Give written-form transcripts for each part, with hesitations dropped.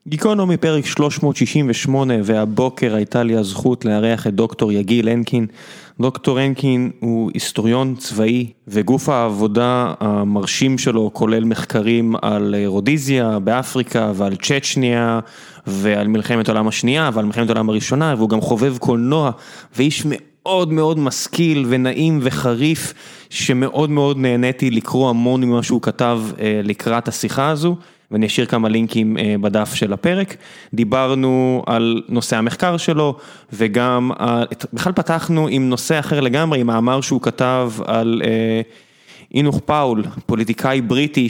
גיקונומי פרק 368, והבוקר הייתה לי הזכות לארח את דוקטור יגיל הנקין. דוקטור הנקין הוא היסטוריון צבאי, וגוף העבודה המרשים שלו כולל מחקרים על רודזיה באפריקה ועל צ'צ'ניה ועל מלחמת העולם השנייה ועל מלחמת העולם הראשונה, והוא גם חובב קולנוע ואיש מאוד מאוד משכיל ונעים וחריף, שמאוד מאוד נהניתי לקרוא המון ממה שהוא כתב לקראת השיחה הזו, ואני אשאיר כמה לינקים בדף של הפרק. דיברנו על נושא המחקר שלו, וגם בכלל פתחנו עם נושא אחר לגמרי, עם מאמר שהוא כתב על אינוך פאול, פוליטיקאי בריטי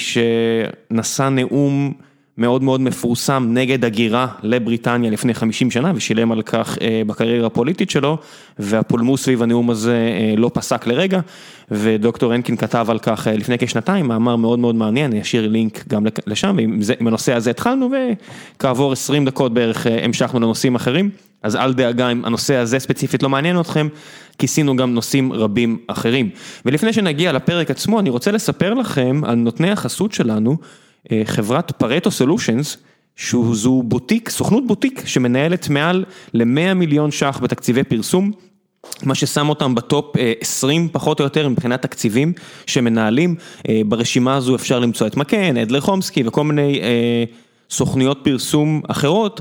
שנשא נאום מאוד מאוד מפורסם נגד הגירה לבריטניה לפני 50 שנה, ושילם על כך בקריירה הפוליטית שלו, והפולמוס סביב הנאום הזה לא פסק לרגע, ודוקטור הנקין כתב על כך לפני כשנתיים, מאמר מאוד מאוד מעניין, אני אשאיר לינק גם לשם, ועם הנושא הזה התחלנו, וכעבור 20 דקות בערך המשכנו לנושאים אחרים, אז אל דאגה אם הנושא הזה ספציפית לא מעניין אתכם, כיסינו גם נושאים רבים אחרים. ולפני שנגיע לפרק עצמו, אני רוצה לספר לכם על נותני החסות שלנו, חברת פרטו סולושנס, שזו בוטיק, סוכנות בוטיק, שמנהלת מעל ל100 מיליון ש"ח בתקציבי פרסום, מה ששם אותם בטופ 20 פחות או יותר מבחינת תקציבים שמנהלים. ברשימה הזו אפשר למצוא את מקן, אדלר חומסקי וכל מיני סוכנויות פרסום אחרות,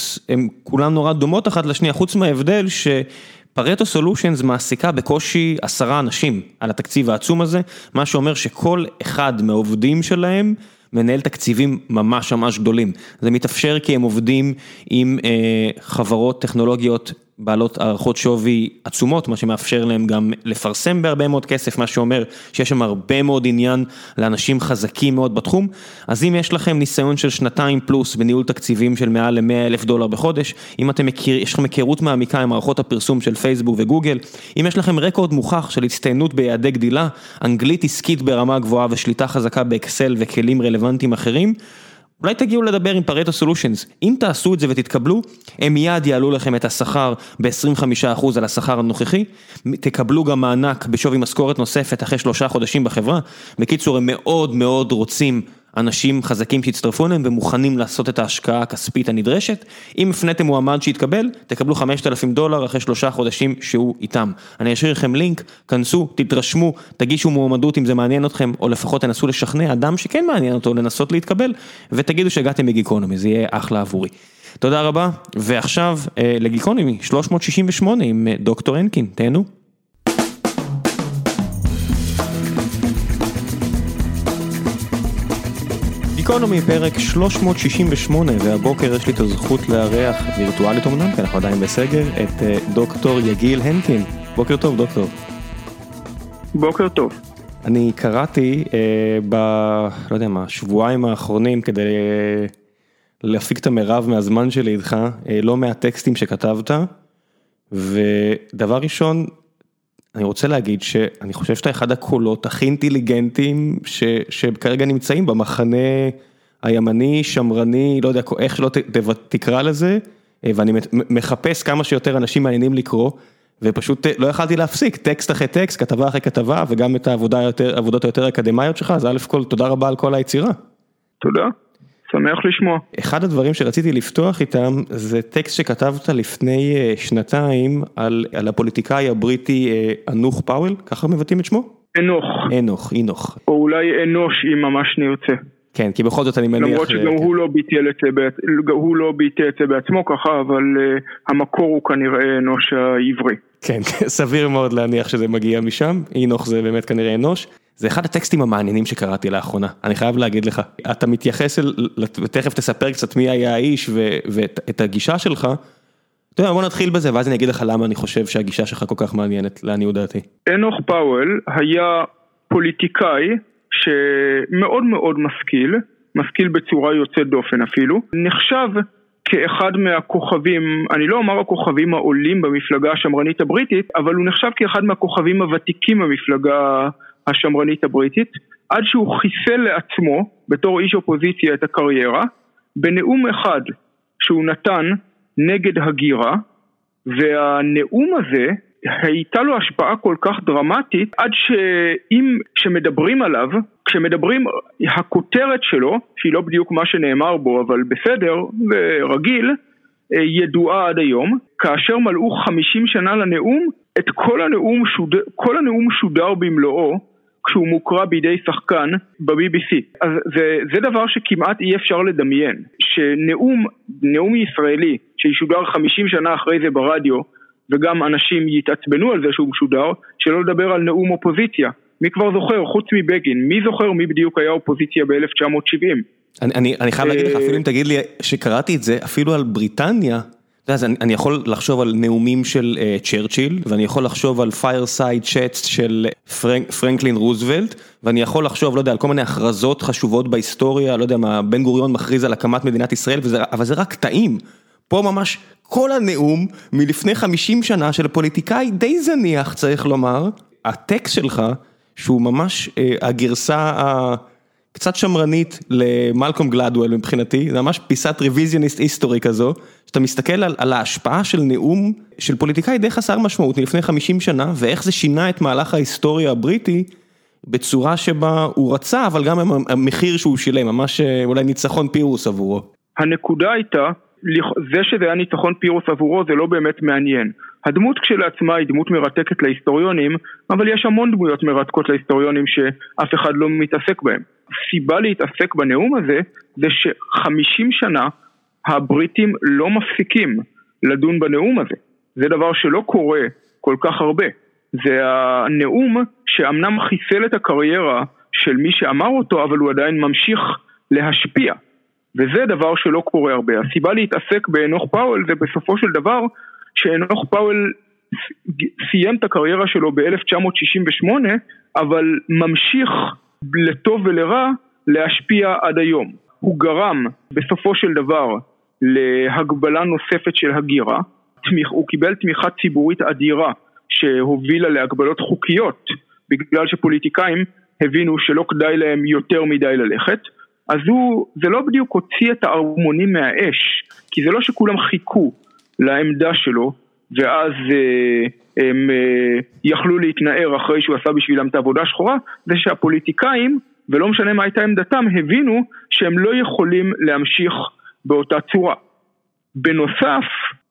הן כולן נורא דומות אחת לשנייה, חוץ מההבדל פרטו סולושנס מעסיקה בקושי 10 אנשים על התקציב העצום הזה, מה שאומר שכל אחד מהעובדים שלהם מנהל תקציבים ממש ממש גדולים. זה מתאפשר כי הם עובדים עם חברות טכנולוגיות בעלות הערכות שווי עצומות, מה שמאפשר להם גם לפרסם בהרבה מאוד כסף, מה שאומר שיש שם הרבה מאוד עניין לאנשים חזקים מאוד בתחום. אז אם יש לכם ניסיון של 2 פלוס בניהול תקציבים של מעל ל$100,000 בחודש, אם יש לכם היכרות מעמיקה עם מערכות הפרסום של פייסבוק וגוגל, אם יש לכם רקורד מוכח של הצטיינות ביעדי גדילה, אנגלית עסקית ברמה גבוהה ושליטה חזקה באקסל וכלים רלוונטיים אחרים, אולי תגיעו לדבר עם פרטו סולושנס. אם תעשו את זה ותתקבלו, הם מיד יעלו לכם את השכר ב-25% על השכר הנוכחי, תקבלו גם מענק בשווי משכורת נוספת אחרי 3 חודשים בחברה. בקיצור, הם מאוד מאוד רוצים אנשים חזקים שהצטרפו אליהם ומוכנים לעשות את ההשקעה הכספית הנדרשת. אם הפניתם מועמד שהתקבל, תקבלו $5,000 אחרי 3 חודשים שהוא איתם. אני אשאיר לכם לינק, כנסו, תתרשמו, תגישו מועמדות אם זה מעניין אתכם, או לפחות תנסו לשכנע אדם שכן מעניין אותו לנסות להתקבל, ותגידו שהגעתם מגיקונומי, זה יהיה אחלה עבורי. תודה רבה, ועכשיו לגיקונומי 368 עם דוקטור הנקין, תהנו. גיקונומי פרק 368, והבוקר יש לי את הזכות לארח וירטואלית אומנם, כי אנחנו עדיין בסגר, את דוקטור יגיל הנקין. בוקר טוב דוקטור. בוקר טוב. אני קראתי לא יודע מה, שבועיים האחרונים כדי להפיק את המרב מהזמן שלי איתך, לא מהטקסטים שכתבת, ודבר ראשון, אני רוצה להגיד שאני חושב שאתה אחד הקולות הכי אינטליגנטיים שכרגע נמצאים במחנה הימני, שמרני, לא יודע איך שלא תקרא לזה, ואני מחפש כמה שיותר אנשים מעניינים לקרוא, ופשוט לא יכלתי להפסיק, טקסט אחרי טקסט, כתבה אחרי כתבה, וגם את העבודות היותר אקדמיות שלך, אז א' כל, תודה רבה על כל היצירה. תודה. שמח לשמוע. אחד הדברים שרציתי לפתוח איתם, זה טקסט שכתבת לפני 2 על הפוליטיקאי הבריטי אינוך פאול, ככה מבטאים את שמו? אינוך. או אולי אנוש אם ממש נרצה. כן, כי בכל זאת אני מניח... למרות שגם הוא לא ביטא את זה בעצמו ככה, אבל המקור הוא כנראה אנוש העברי. כן, סביר מאוד להניח שזה מגיע משם, אינוך זה באמת כנראה אנוש. זה אחד הטקסטים המעניינים שקראתי לאחרונה, אני חייב להגיד לך, אתה מתייחס, ותכף תספר קצת מי היה האיש ואת הגישה שלך, אתה יודע, בוא נתחיל בזה, ואז אני אגיד לך למה אני חושב שהגישה שלך כל כך מעניינת, לעניות דעתי. אינוך פאול היה פוליטיקאי שמאוד מאוד משכיל בצורה יוצאת דופן אפילו, נחשב כאחד מהכוכבים, אני לא אומר הכוכבים העולים במפלגה השמרנית הבריטית, אבל הוא נחשב כאחד מהכוכבים הוותיקים במפלגה השמרנית הבריטית, עד שהוא חיסל לעצמו בתור איש אופוזיציה את הקריירה, בנאום אחד שהוא נתן נגד הגירה, והנאום הזה הייתה לו השפעה כל כך דרמטית, עד שמדברים עליו, כשמדברים, הכותרת שלו, שהיא לא בדיוק מה שנאמר בו, אבל בסדר ורגיל, ידועה עד היום. כאשר מלאו 50 שנה לנאום, כל הנאום שודר במלואו, כשהוא מוקרא בידי שחקן ב-BBC. אז זה דבר שכמעט אי אפשר לדמיין, שנאום ישראלי שישודר 50 שנה אחרי זה ברדיו, וגם אנשים יתעצבנו על זה שהוא משודר, שלא לדבר על נאום אופוזיציה. מי כבר זוכר, חוץ מבגין, מי זוכר מי בדיוק היה אופוזיציה ב-1970? אני חייב להגיד לך, אפילו אם תגיד לי שקראתי את זה, אפילו על בריטניה, אני יכול לחשוב על נאומים של צ'רצ'יל, ואני יכול לחשוב על fireside chats של פרנקלין רוזוולט, ואני יכול לחשוב, לא יודע, על כל מיני הכרזות חשובות בהיסטוריה, לא יודע מה, בן גוריון מכריז על הקמת מדינת ישראל, אבל זה רק טעים. פה ממש כל הנאום מלפני 50 שנה של פוליטיקאי די זניח, צריך לומר, הטקסט שלך, שהוא ממש הגרסה קצת שמרנית למלקום גלדוול מבחינתי, זה ממש פיסת ריוויזיוניסט היסטורי כזו, שאתה מסתכל על ההשפעה של נאום של פוליטיקאי די חסר משמעות מלפני 50 שנה, ואיך זה שינה את מהלך ההיסטוריה הבריטי, בצורה שבה הוא רצה, אבל גם המחיר שהוא שילם, ממש אולי ניצחון פירוס עבורו. הנקודה הייתה, זה שזה היה ניצחון פירוס עבורו זה לא באמת מעניין. הדמות כשלעצמה היא דמות מרתקת להיסטוריונים, אבל יש המון דמויות מרתקות להיסטוריונים שאף אחד לא מתעסק בהם. הסיבה להתעסק בנאום הזה זה ש50 שנה הבריטים לא מפסיקים לדון בנאום הזה. זה דבר שלא קורה כל כך הרבה. זה הנאום שאמנם חיסל את הקריירה של מי שאמר אותו, אבל הוא עדיין ממשיך להשפיע. וזה דבר שלא קורה הרבה. הסיבה להתעסק באנוך פאוול זה בסופו של דבר שאנוך פאוול סיים את הקריירה שלו ב-1968, אבל ממשיך לטוב ולרע להשפיע עד היום. הוא גרם בסופו של דבר להגבלה נוספת של הגירה, הוא קיבל תמיכה ציבורית אדירה שהובילה להגבלות חוקיות, בגלל שפוליטיקאים הבינו שלא כדאי להם יותר מדי ללכת, אז זה לא בדיוק הוציא את הערמונים מהאש, כי זה לא שכולם חיכו לעמדה שלו, ואז הם יכלו להתנער אחרי שהוא עשה בשבילם את העבודה שחורה, זה שהפוליטיקאים, ולא משנה מה הייתה עמדתם, הבינו שהם לא יכולים להמשיך באותה צורה. בנוסף,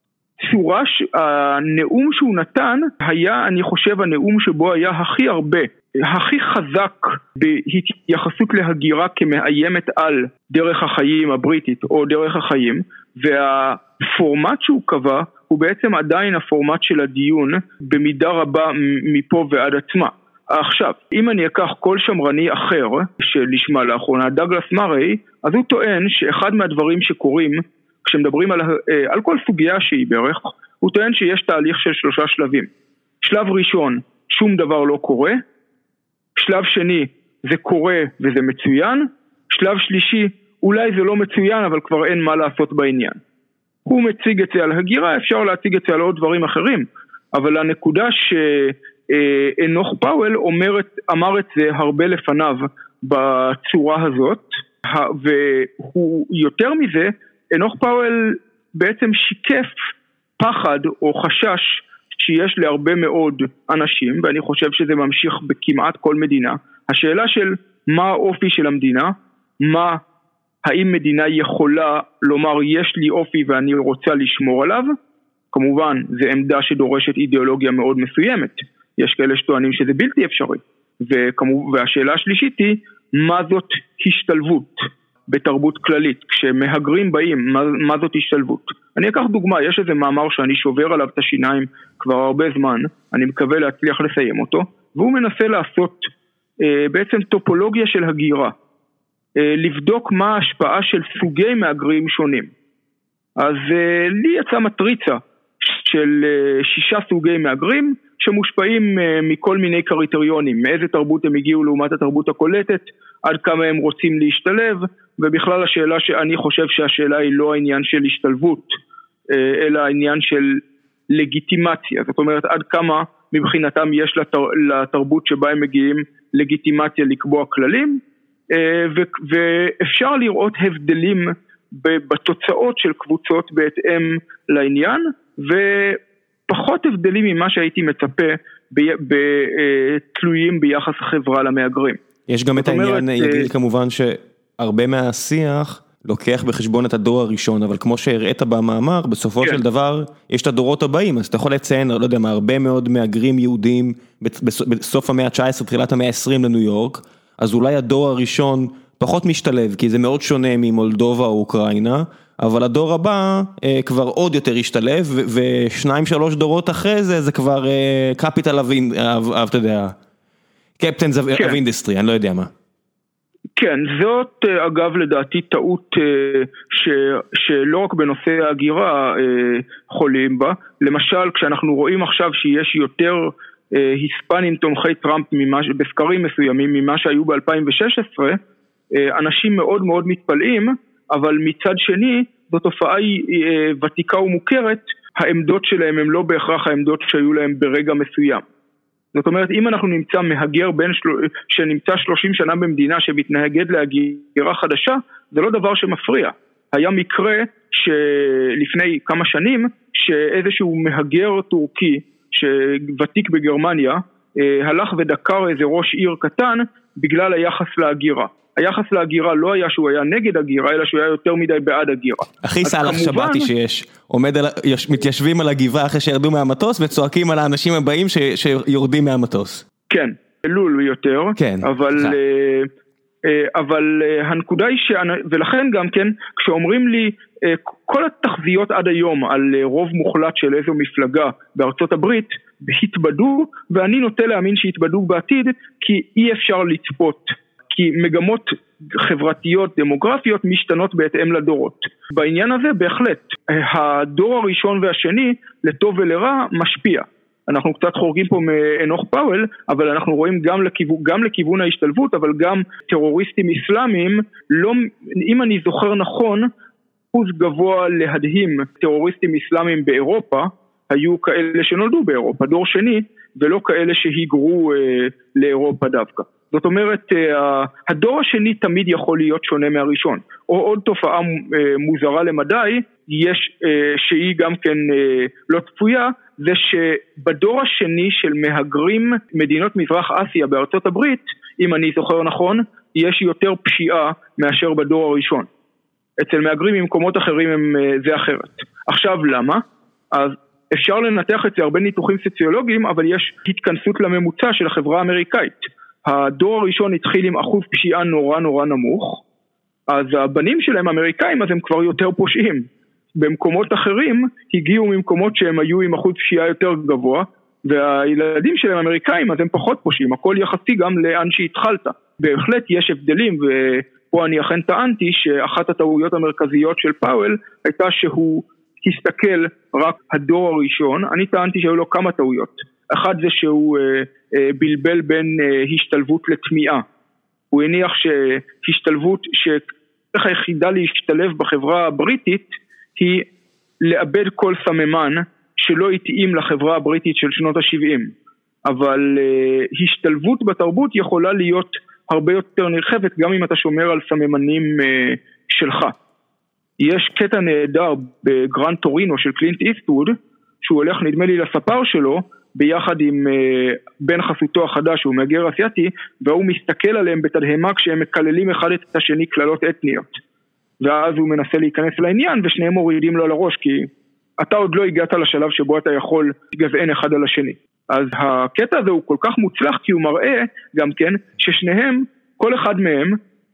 הנאום שהוא נתן היה, אני חושב, הנאום שבו היה הכי חזק בהתייחסות להגירה כמאיימת על דרך החיים הבריטית או דרך החיים, והפורמט שהוא קבע הוא בעצם עדיין הפורמט של הדיון במידה רבה מפה ועד עצמה. עכשיו, אם אני אקח כל שמרני אחר שלשמה לאחרונה, דאגלס מארי, אז הוא טוען שאחד מהדברים שקורים כשמדברים על כל סוגיה שהיא בערך, הוא טוען שיש תהליך של 3 שלבים. שלב ראשון, שום דבר לא קורה. שלב שני, זה קורה וזה מצוין. שלב שלישי, אולי זה לא מצוין, אבל כבר אין מה לעשות בעניין. הוא מציג את זה על הגירה, אפשר להציג את זה על עוד דברים אחרים, אבל הנקודה שאנוך פאוול אמר את זה הרבה לפניו בצורה הזאת, והוא יותר מזה, אנוך פאוול בעצם שיקף פחד או חשש שיש להרבה מאוד אנשים, ואני חושב שזה ממשיך בכמעט כל מדינה. השאלה של מה האופי של המדינה, האם מדינה יכולה לומר יש לי אופי ואני רוצה לשמור עליו, כמובן זה עמדה שדורשת אידיאולוגיה מאוד מסוימת, יש כאלה שטוענים שזה בלתי אפשרי, והשאלה השלישית היא מה זאת השתלבות בתרבות כללית, כשמהגרים באים, מה זאת השתלבות? אני אקח דוגמה, יש איזה מאמר שאני שובר עליו את השיניים כבר הרבה זמן, אני מקווה להצליח לסיים אותו, והוא מנסה לעשות בעצם טופולוגיה של הגירה, לבדוק מה ההשפעה של סוגי מהגרים שונים. אז לי יצא מטריצה של 6 סוגי מהגרים שמושפעים מכל מיני קריטריונים, מאיזה תרבות הם הגיעו לעומת התרבות הקולטת, עד כמה הם רוצים להשתלב, ובכלל השאלה שאני חושב שהשאלה היא לא העניין של השתלבות, אלא העניין של לגיטימציה. זאת אומרת, עד כמה מבחינתם יש לתרבות שבה הם מגיעים לגיטימציה לקבוע כללים, ואפשר לראות הבדלים בתוצאות של קבוצות בהתאם לעניין, פחות הבדלים ממה שהייתי מצפה תלויים ביחס החברה למהגרים. יש גם את העניין, יגיל, כמובן שהרבה מהשיח לוקח בחשבון את הדור הראשון, אבל כמו שהראית במאמר, בסופו של דבר יש את הדורות הבאים, אז אתה יכול לציין, לא יודע מה, הרבה מאוד מהגרים יהודים בסוף המאה ה-19, תחילת המאה ה-20 לניו יורק, אז אולי הדור הראשון פחות משתלב, כי זה מאוד שונה ממולדובה או אוקראינה, אבל הדור הבא כבר עוד יותר ישתלב, ושניים שלוש דורות אחרי זה, זה כבר capital of, אתה יודע, captains of industry, אני לא יודע מה. כן, זאת אגב לדעתי טעות שלא רק בנושא ההגירה חולים בה, למשל כשאנחנו רואים עכשיו שיש יותר היספנים תומכי טראמפ בסקרים מסוימים ממה שהיו ב-2016, אנשים מאוד מאוד מתפלאים, אבל מצד שני זו תופעה ותיקה ומוכרת, העמדות שלהם הם לא בהכרח העמדות שהיו להם ברגע מסוים. זאת אומרת, אם אנחנו נמצא מהגר שנמצא 30 שנה במדינה שמתנהגת להגירה חדשה, זה לא דבר שמפריע. היה מקרה שלפני כמה שנים, שאיזשהו מהגר טורקי שוותיק בגרמניה, הלך ודקר איזה ראש עיר קטן בגלל היחס להגירה. היחס להגירה לא היה שהוא היה נגד הגירה, אלא שהוא היה יותר מדי בעד הגירה. הכי סלח שבאתי שיש, מתיישבים על הגבעה אחרי שירדו מהמטוס, וצועקים על האנשים הבאים שיורדים מהמטוס. כן, אלול יותר, כן, אבל הנקודה היא ולכן גם כן, כשאומרים לי, כל התחזיות עד היום על רוב מוחלט של איזו מפלגה בארצות הברית, התבדו, ואני נוטה להאמין שהתבדו בעתיד, כי אי אפשר לצפות. כי מגמות חברתיות, דמוגרפיות, משתנות בהתאם לדורות. בעניין הזה בהחלט, הדור הראשון והשני, לטוב ולרע, משפיע. אנחנו קצת חורגים פה מאנוך פאוול, אבל אנחנו רואים גם לכיוון ההשתלבות, אבל גם טרוריסטים אסלאמיים, אם אני זוכר נכון, אחוז גבוה להדהים טרוריסטים אסלאמיים באירופה, היו כאלה שנולדו באירופה, דור שני, ולא כאלה שהיגרו לאירופה דווקא. זאת אומרת, הדור השני תמיד יכול להיות שונה מהראשון. או עוד תופעה מוזרה למדי, שהיא גם כן לא צפויה, זה שבדור השני של מהגרים מדינות מזרח אסיה בארצות הברית, אם אני זוכר נכון, יש יותר פשיעה מאשר בדור הראשון. אצל מהגרים ממקומות אחרים זה אחרת. עכשיו למה? אז אפשר לנתח את זה הרבה ניתוחים סוציולוגיים, אבל יש התכנסות לממוצע של החברה האמריקאית. הדור הראשון התחיל עם אחוז פשיעה נורא נורא נמוך, אז הבנים שלהם אמריקאים, אז הם כבר יותר פושעים. במקומות אחרים הגיעו ממקומות שהם היו עם אחוז פשיעה יותר גבוה, והילדים שלהם אמריקאים, אז הם פחות פושעים. הכל יחסי גם לאן שהתחלת. בהחלט יש הבדלים, ופה אני אכן טענתי שאחת הטעויות המרכזיות של פאוול הייתה שהוא הסתכל רק הדור הראשון. אני טענתי שהיו לו כמה טעויות. אחד זה שהוא בלבל בין השתלבות לתמיעה. הוא הניח שהשתלבות, שדרך היחידה להשתלב בחברה הבריטית היא לאבד כל סממן שלא התאים לחברה הבריטית של שנות ה-70. אבל השתלבות בתרבות יכולה להיות הרבה יותר נרחבת גם אם אתה שומר על סממנים שלך. יש קטע נהדר בגרנד טורינו של קלינט איסטווד, שהוא הולך נדמה לי לספר שלו, ביחד עם בן חסותו החדש, הוא מהגר אסיאתי, והוא מסתכל עליהם בתדהמה כשהם מקללים אחד את השני כללות אתניות. ואז הוא מנסה להיכנס לעניין, ושניהם מורידים לו על הראש, כי אתה עוד לא הגעת לשלב שבו אתה יכול לגוון אחד על השני. אז הקטע הזה הוא כל כך מוצלח, כי הוא מראה גם כן, ששניהם, כל אחד מהם,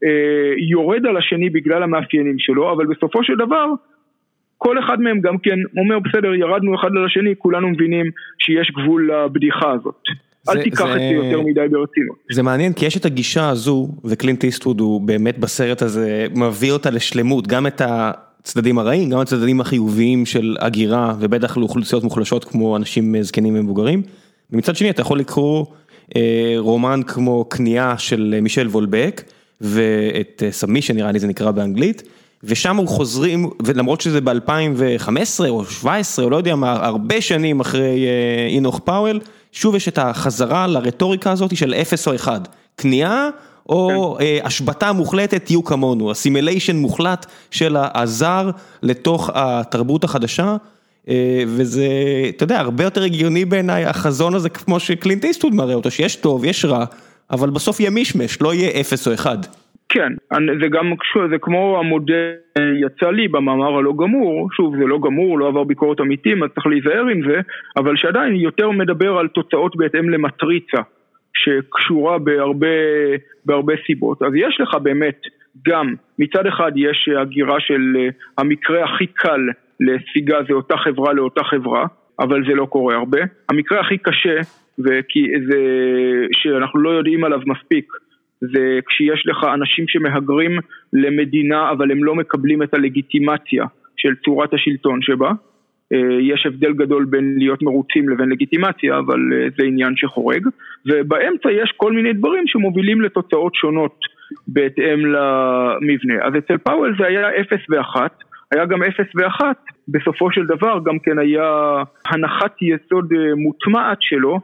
יורד על השני בגלל המאפיינים שלו, אבל בסופו של דבר, כל אחד מהם גם כן אומר, בסדר, ירדנו אחד על השני, כולנו מבינים שיש גבול לבדיחה הזאת. אל תיקח את זה יותר מדי ברצינות. זה מעניין, כי יש את הגישה הזו, וקלינט איסטווד הוא באמת בסרט הזה, מביא אותה לשלמות, גם את הצדדים הרעים, גם את הצדדים החיוביים של הגירה, ובטח לאוכלוסיות מוחלשות כמו אנשים זקנים ומבוגרים. ומצד שני, אתה יכול לקרוא רומן כמו קנייה של מישל וולבק, ואת סאבמישן, נראה לי זה נקרא באנגלית, ושם הוא חוזרים, ולמרות שזה ב-2015 או 2017, או לא יודע מה, הרבה שנים אחרי אנוך פאוול, שוב יש את החזרה לרטוריקה הזאת של 0 או 1, קנייה או השבטה מוחלטת, תהיו כמונו, הסימיליישן מוחלט של הזר לתוך התרבות החדשה, וזה, אתה יודע, הרבה יותר הגיוני בעיניי, החזון הזה כמו שקלינט איסטווד מראה אותו, שיש טוב, יש רע, אבל בסוף יהיה מישמש, לא יהיה 0 או 1. כן, זה גם, זה כמו המודל יצא לי במאמר הלא גמור, שוב זה לא גמור, לא עבר ביקורת אמיתים, אז צריך להיזהר עם זה, אבל שעדיין יותר מדבר על תוצאות בהתאם למטריצה, שקשורה בהרבה סיבות. אז יש לך באמת גם, מצד אחד יש הגירה של המקרה הכי קל לספיגה זה אותה חברה לאותה חברה, אבל זה לא קורה הרבה. המקרה הכי קשה, וכי זה שאנחנו לא יודעים עליו מספיק, זה כשיש לך אנשים שמהגרים למדינה אבל הם לא מקבלים את הלגיטימציה של צורת השלטון שבה. יש הבדל גדול בין להיות מרוצים לבין לגיטימציה, אבל זה עניין שחורג, ובאמצע יש כל מיני דברים שמובילים לתוצאות שונות בהתאם למבנה. אז אצל פאוול זה היה 0 ו-1, היה גם 0 ו-1, בסופו של דבר גם כן היה הנחת יסוד מוטמעת שלו,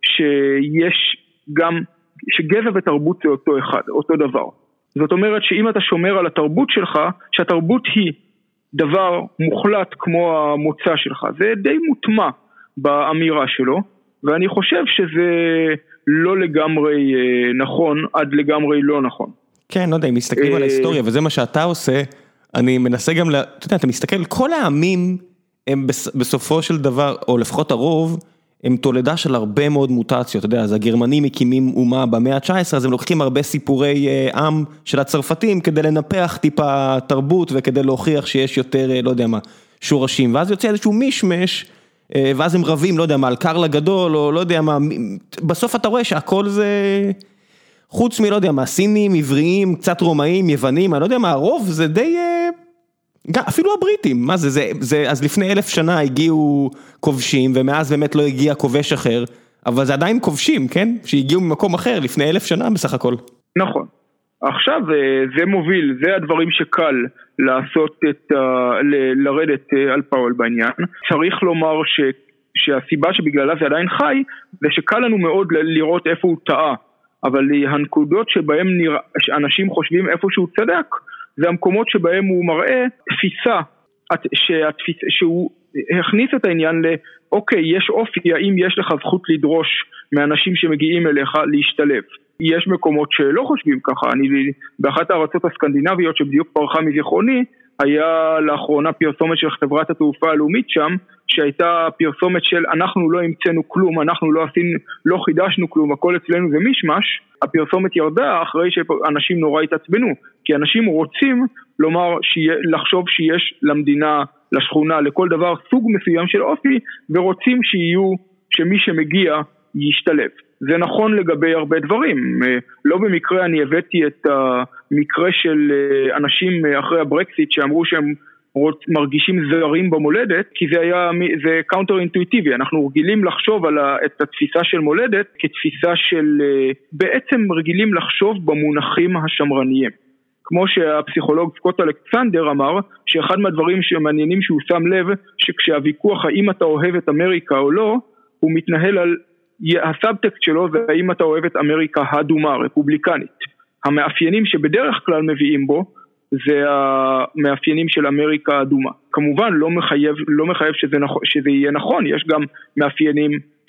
שיש גם שגזע ותרבות זה אותו דבר. זאת אומרת שאם אתה שומר על התרבות שלך, שהתרבות היא דבר מוחלט כמו המוצא שלך, זה די מוטמע באמירה שלו, ואני חושב שזה לא לגמרי נכון, עד לגמרי לא נכון. כן, לא יודע, אם מסתכלים על ההיסטוריה, וזה מה שאתה עושה, אני מנסה גם, אתה יודע, אתה מסתכל, כל העמים הם בסופו של דבר, או לפחות הרוב, הם תולדה של הרבה מאוד מוטציות, אתה יודע, אז הגרמנים מקימים אומה במאה ה-19, אז הם לוקחים הרבה סיפורי עם של הצרפתים, כדי לנפח טיפה תרבות, וכדי להוכיח שיש יותר, לא יודע מה, שורשים, ואז יוצא איזשהו מישמש, ואז הם רבים, לא יודע מה, על קרל הגדול, או לא יודע מה, בסוף אתה רואה שהכל זה, חוץ מלא יודע מה, סינים, עבריים, קצת רומאים, יוונים, אני לא יודע מה, הרוב זה די, אפילו הבריטים, מה זה, אז לפני 1000 שנה הגיעו כובשים, ומאז באמת לא הגיע כובש אחר, אבל זה עדיין כובשים, כן? שהגיעו ממקום אחר לפני 1000 שנה בסך הכל. נכון. עכשיו זה מוביל, זה הדברים שקל לעשות לרדת על פאוול בעניין. צריך לומר שהסיבה שבגללה זה עדיין חי, זה שקל לנו מאוד לראות איפה הוא טעה, אבל הנקודות שבהם אנשים חושבים איפה שהוא צדק, זה המקומות שבהם הוא מראה תפיסה, שהוא הכניס את העניין אוקיי, יש אופי, האם יש לך זכות לדרוש מאנשים שמגיעים אליך להשתלב. יש מקומות שלא חושבים ככה, באחת הארצות הסקנדינביות שבדיוק פרחה מזיכרוני, היה לאחרונה פרסומת של חברת התעופה הלאומית שם, שהייתה פרסומת של אנחנו לא המצאנו כלום, אנחנו לא חידשנו כלום, הכל אצלנו זה מישמש. הפרסומת ירדה אחרי שאנשים נורא התעצבנו, כי אנשים רוצים לחשוב שיש למדינה, לשכונה, לכל דבר סוג מסוים של אופי, ורוצים שמי שמגיע ישתלב. זה נכון לגבי הרבה דברים. לא במקרה אני הבאתי את המקרה של אנשים אחרי הברקסיט שאמרו שהם מרגישים זרים במולדת, כי זה קאונטר אינטואיטיבי. אנחנו רגילים לחשוב את התפיסה של מולדת כתפיסה של, בעצם רגילים לחשוב במונחים השמרניים. כמו שהפסיכולוג סקוט אלכסנדר אמר, שאחד מהדברים שמעניינים שהוא שם לב, שכשהוויכוח האם אתה אוהב את אמריקה או לא, הוא מתנהל על הסאבטקסט שלו, והאם אתה אוהב את אמריקה הדומה, רפובליקנית. המאפיינים שבדרך כלל מביאים בו, זה המאפיינים של אמריקה הדומה. כמובן לא מחייב שזה יהיה נכון, יש גם מאפיינים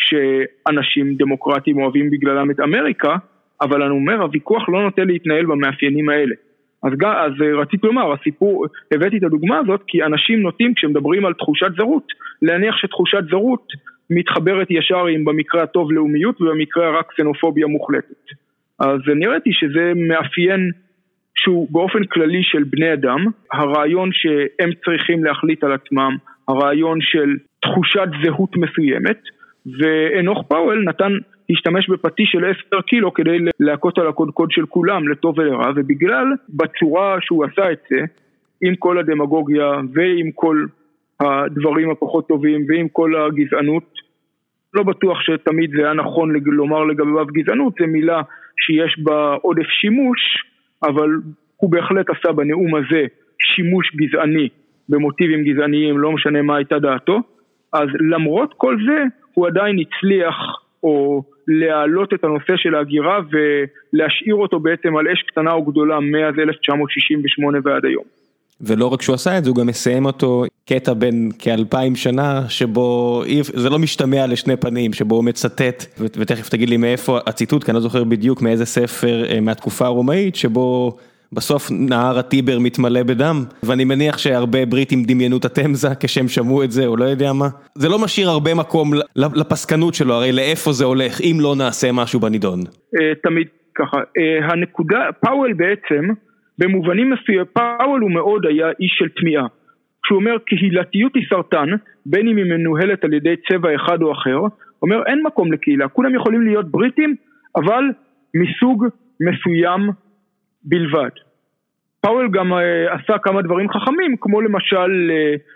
שאנשים דמוקרטים אוהבים בגללם את אמריקה, אבל אני אומר, הוויכוח לא נוטה להתנהל במאפיינים האלה. אז רציתי לומר, הבאתי את הדוגמה הזאת, כי אנשים נוטים כשמדברים על תחושת זרות, להניח שתחושת זרות מתחברת ישר עם במקרה הטוב לאומיות, ובמקרה הרע קסנופוביה מוחלטת. אז נראיתי שזה מאפיין שהוא באופן כללי של בני אדם, הרעיון שהם צריכים להחליט על עצמם, הרעיון של תחושת זהות מסוימת, ואנוך פאוול השתמש בפטיש של 10 קילו כדי להכות על הקודקוד של כולם, לטוב ולרע, ובגלל בצורה שהוא עשה את זה, עם כל הדמגוגיה ועם כל הדברים הפחות טובים ועם כל הגזענות, לא בטוח שתמיד זה היה נכון לומר לגביו גזענות, זה מילה שיש בה עודף שימוש, אבל הוא בהחלט עשה בנאום הזה שימוש גזעני במוטיבים גזעניים, לא משנה מה הייתה דעתו. אז למרות כל זה הוא עדיין הצליח או להעלות את הנושא של ההגירה ולהשאיר אותו בעצם על אש קטנה או גדולה מאז 1968 ועד היום. ולא רק שהוא עשה את זה, הוא גם מסיים אותו קטע בין כ2000 שנה, שבו זה לא משתמע לשני פנים, שבו הוא מצטט, ותכף תגיד לי מאיפה הציטוט, כי אני לא זוכר בדיוק מאיזה ספר מהתקופה הרומאית, שבו בסוף נהר הטיבר מתמלא בדם, ואני מניח שהרבה בריטים דמיינו את התמזה כשהם שמעו את זה, או לא יודע מה. זה לא משאיר הרבה מקום לפסקנות שלו, הרי לאיפה זה הולך, אם לא נעשה משהו בנידון. תמיד ככה. הנקודה, פאוול בעצם, במובנים מסוים, פאוול הוא מאוד היה איש של תמיעה. כשהוא אומר קהילתיות היא סרטן, בין אם היא מנוהלת על ידי צבע אחד או אחר, אומר אין מקום לקהילה, כולם יכולים להיות בריטים, אבל מסוג מסוים בלבד. פאוול גם עשה כמה דברים חכמים, כמו למשל,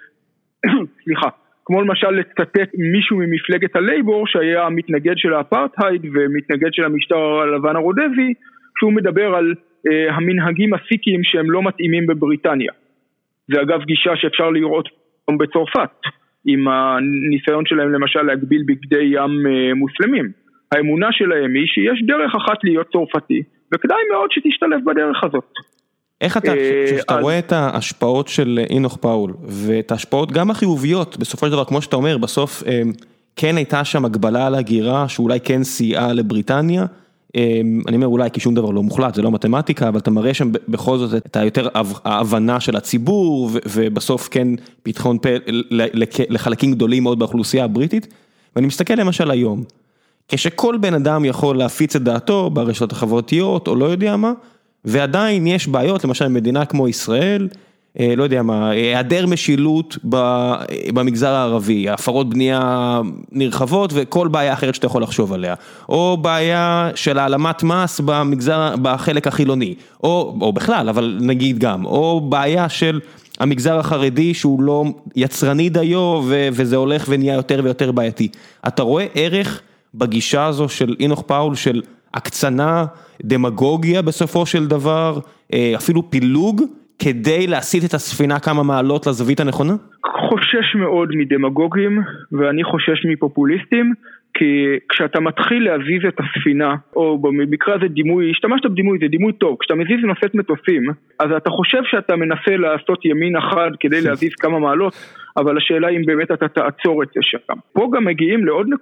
כמו למשל לצטט מישהו ממפלגת הלייבור, שהיה מתנגד של האפרטהייד ומתנגד של המשטר הלבן הרודזי, כשהוא מדבר על המנהגים הסיקיים שהם לא מתאימים בבריטניה. זה אגב גישה שאפשר לראות בצרפת, עם הניסיון שלהם למשל להגביל בגדי ים מוסלמים. האמונה שלהם היא שיש דרך אחת להיות צרפתי, וכדאי מאוד שתשתלב בדרך הזאת. איך אתה, כשאתה רואה את ההשפעות של אינוך פאול, ואת ההשפעות גם החיוביות, בסופו של דבר, כמו שאתה אומר, בסוף כן הייתה שם הגבלה על הגירה, שאולי כן סייעה לבריטניה, אני אומר אולי כי שום דבר לא מוחלט, זה לא מתמטיקה, אבל אתה מראה שם בכל זאת את היותר ההבנה של הציבור, ובסוף כן פתחון פה לחלקים גדולים מאוד באוכלוסייה הבריטית, ואני מסתכל למשל היום, כשכל בן אדם יכול להפיץ את דעתו ברשתות החברתיות, או לא יודע מה, ועדיין יש בעיות, למשל מדינה כמו ישראל, לא יודע מה, היעדר משילות במגזר הערבי, הפרות בנייה נרחבות וכל בעיה אחרת שאתה יכול לחשוב עליה, או בעיה של העלמת מס בחלק החילוני, או בכלל, אבל נגיד גם, או בעיה של המגזר החרדי שהוא לא יצרני דיו, וזה הולך ונהיה יותר ויותר בעייתי. אתה רואה ערך בגישה הזו של אינוך פאול, של הקצנה, דמגוגיה בסופו של דבר, אפילו פילוג, כדי להסיט את הספינה כמה מעלות לזווית הנכונה? חושש מאוד מדמגוגים, ואני חושש מפופוליסטים, כי כשאתה מתחיל להזיז את הספינה, או במקרה הזה דימוי, השתמשת בדימוי, זה דימוי טוב, כשאתה מזיז נושאת מטוסים, אז אתה חושב שאתה מנסה לעשות ימין אחד כדי להזיז כמה מעלות, אבל השאלה אם באמת אתה תעצור את זה שם. פה גם מגיעים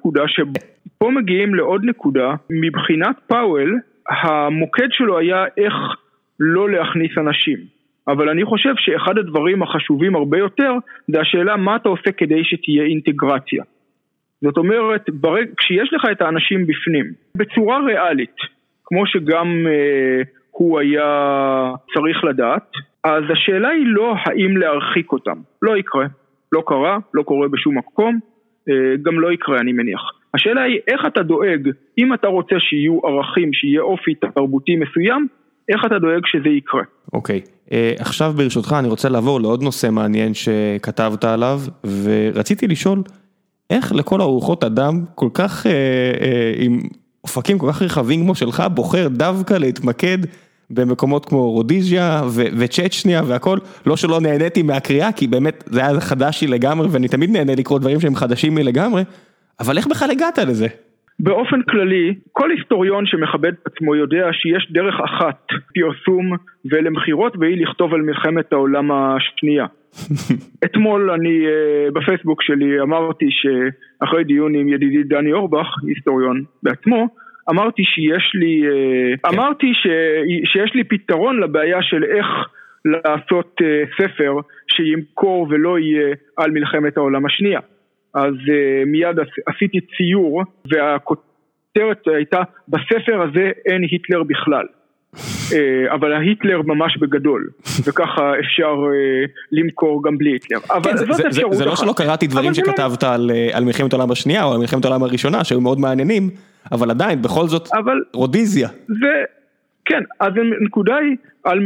לעוד נקודה, מבחינת פאוול, המוקד שלו היה איך לא להכניס אנשים. אבל אני חושב שאחד הדברים החשובים הרבה יותר, זה השאלה מה אתה עושה כדי שתהיה אינטגרציה. זאת אומרת, כשיש לך את האנשים בפנים, בצורה ריאלית, כמו שגם הוא היה צריך לדעת, אז השאלה היא לא האם להרחיק אותם. לא יקרה, לא קרה, לא קורה בשום מקום, גם לא יקרה אני מניח. השאלה היא איך אתה דואג, אם אתה רוצה שיהיו ערכים, שיהיה אופי תרבותי מסוים, איך אתה דואג שזה יקרה? אוקיי, עכשיו ברשותך אני רוצה לעבור לעוד נושא מעניין שכתבת עליו, ורציתי לשאול, איך לכל ארוחות אדם כל כך, עם אופקים כל כך רחבים כמו שלך, בוחר דווקא להתמקד במקומות כמו רודז'יה וצ'צ'ניה והכל, לא שלא נהניתי מהקריאה, כי באמת זה היה חדש לי לגמרי, ואני תמיד נהנה לקרוא דברים שהם חדשים לי לגמרי, אבל איך בכלל הגעת לזה? באופן כללי, כל היסטוריון שמכבד את עצמו יודע שיש דרך אחת פרסום ולמחירות, והיא לכתוב על מלחמת העולם השנייה. אתמול אני בפייסבוק שלי אמרתי שאחרי דיון עם ידידי דני אורבך, היסטוריון בעצמו, אמרתי שיש לי פתרון לבעיה של איך לעשות ספר שימכור ולא יהיה על מלחמת העולם השנייה. אז מיד עשיתי ציור, והכותרת הייתה, בספר הזה אין היטלר בכלל. אבל ההיטלר ממש בגדול, וככה אפשר למכור גם בלי היטלר. זה לא שלא קראתי דברים שכתבת על מלחמת העולם השנייה, או על מלחמת העולם הראשונה, שהיו מאוד מעניינים, אבל עדיין, בכל זאת, רודזיה. כן, אז הנקודה היא, על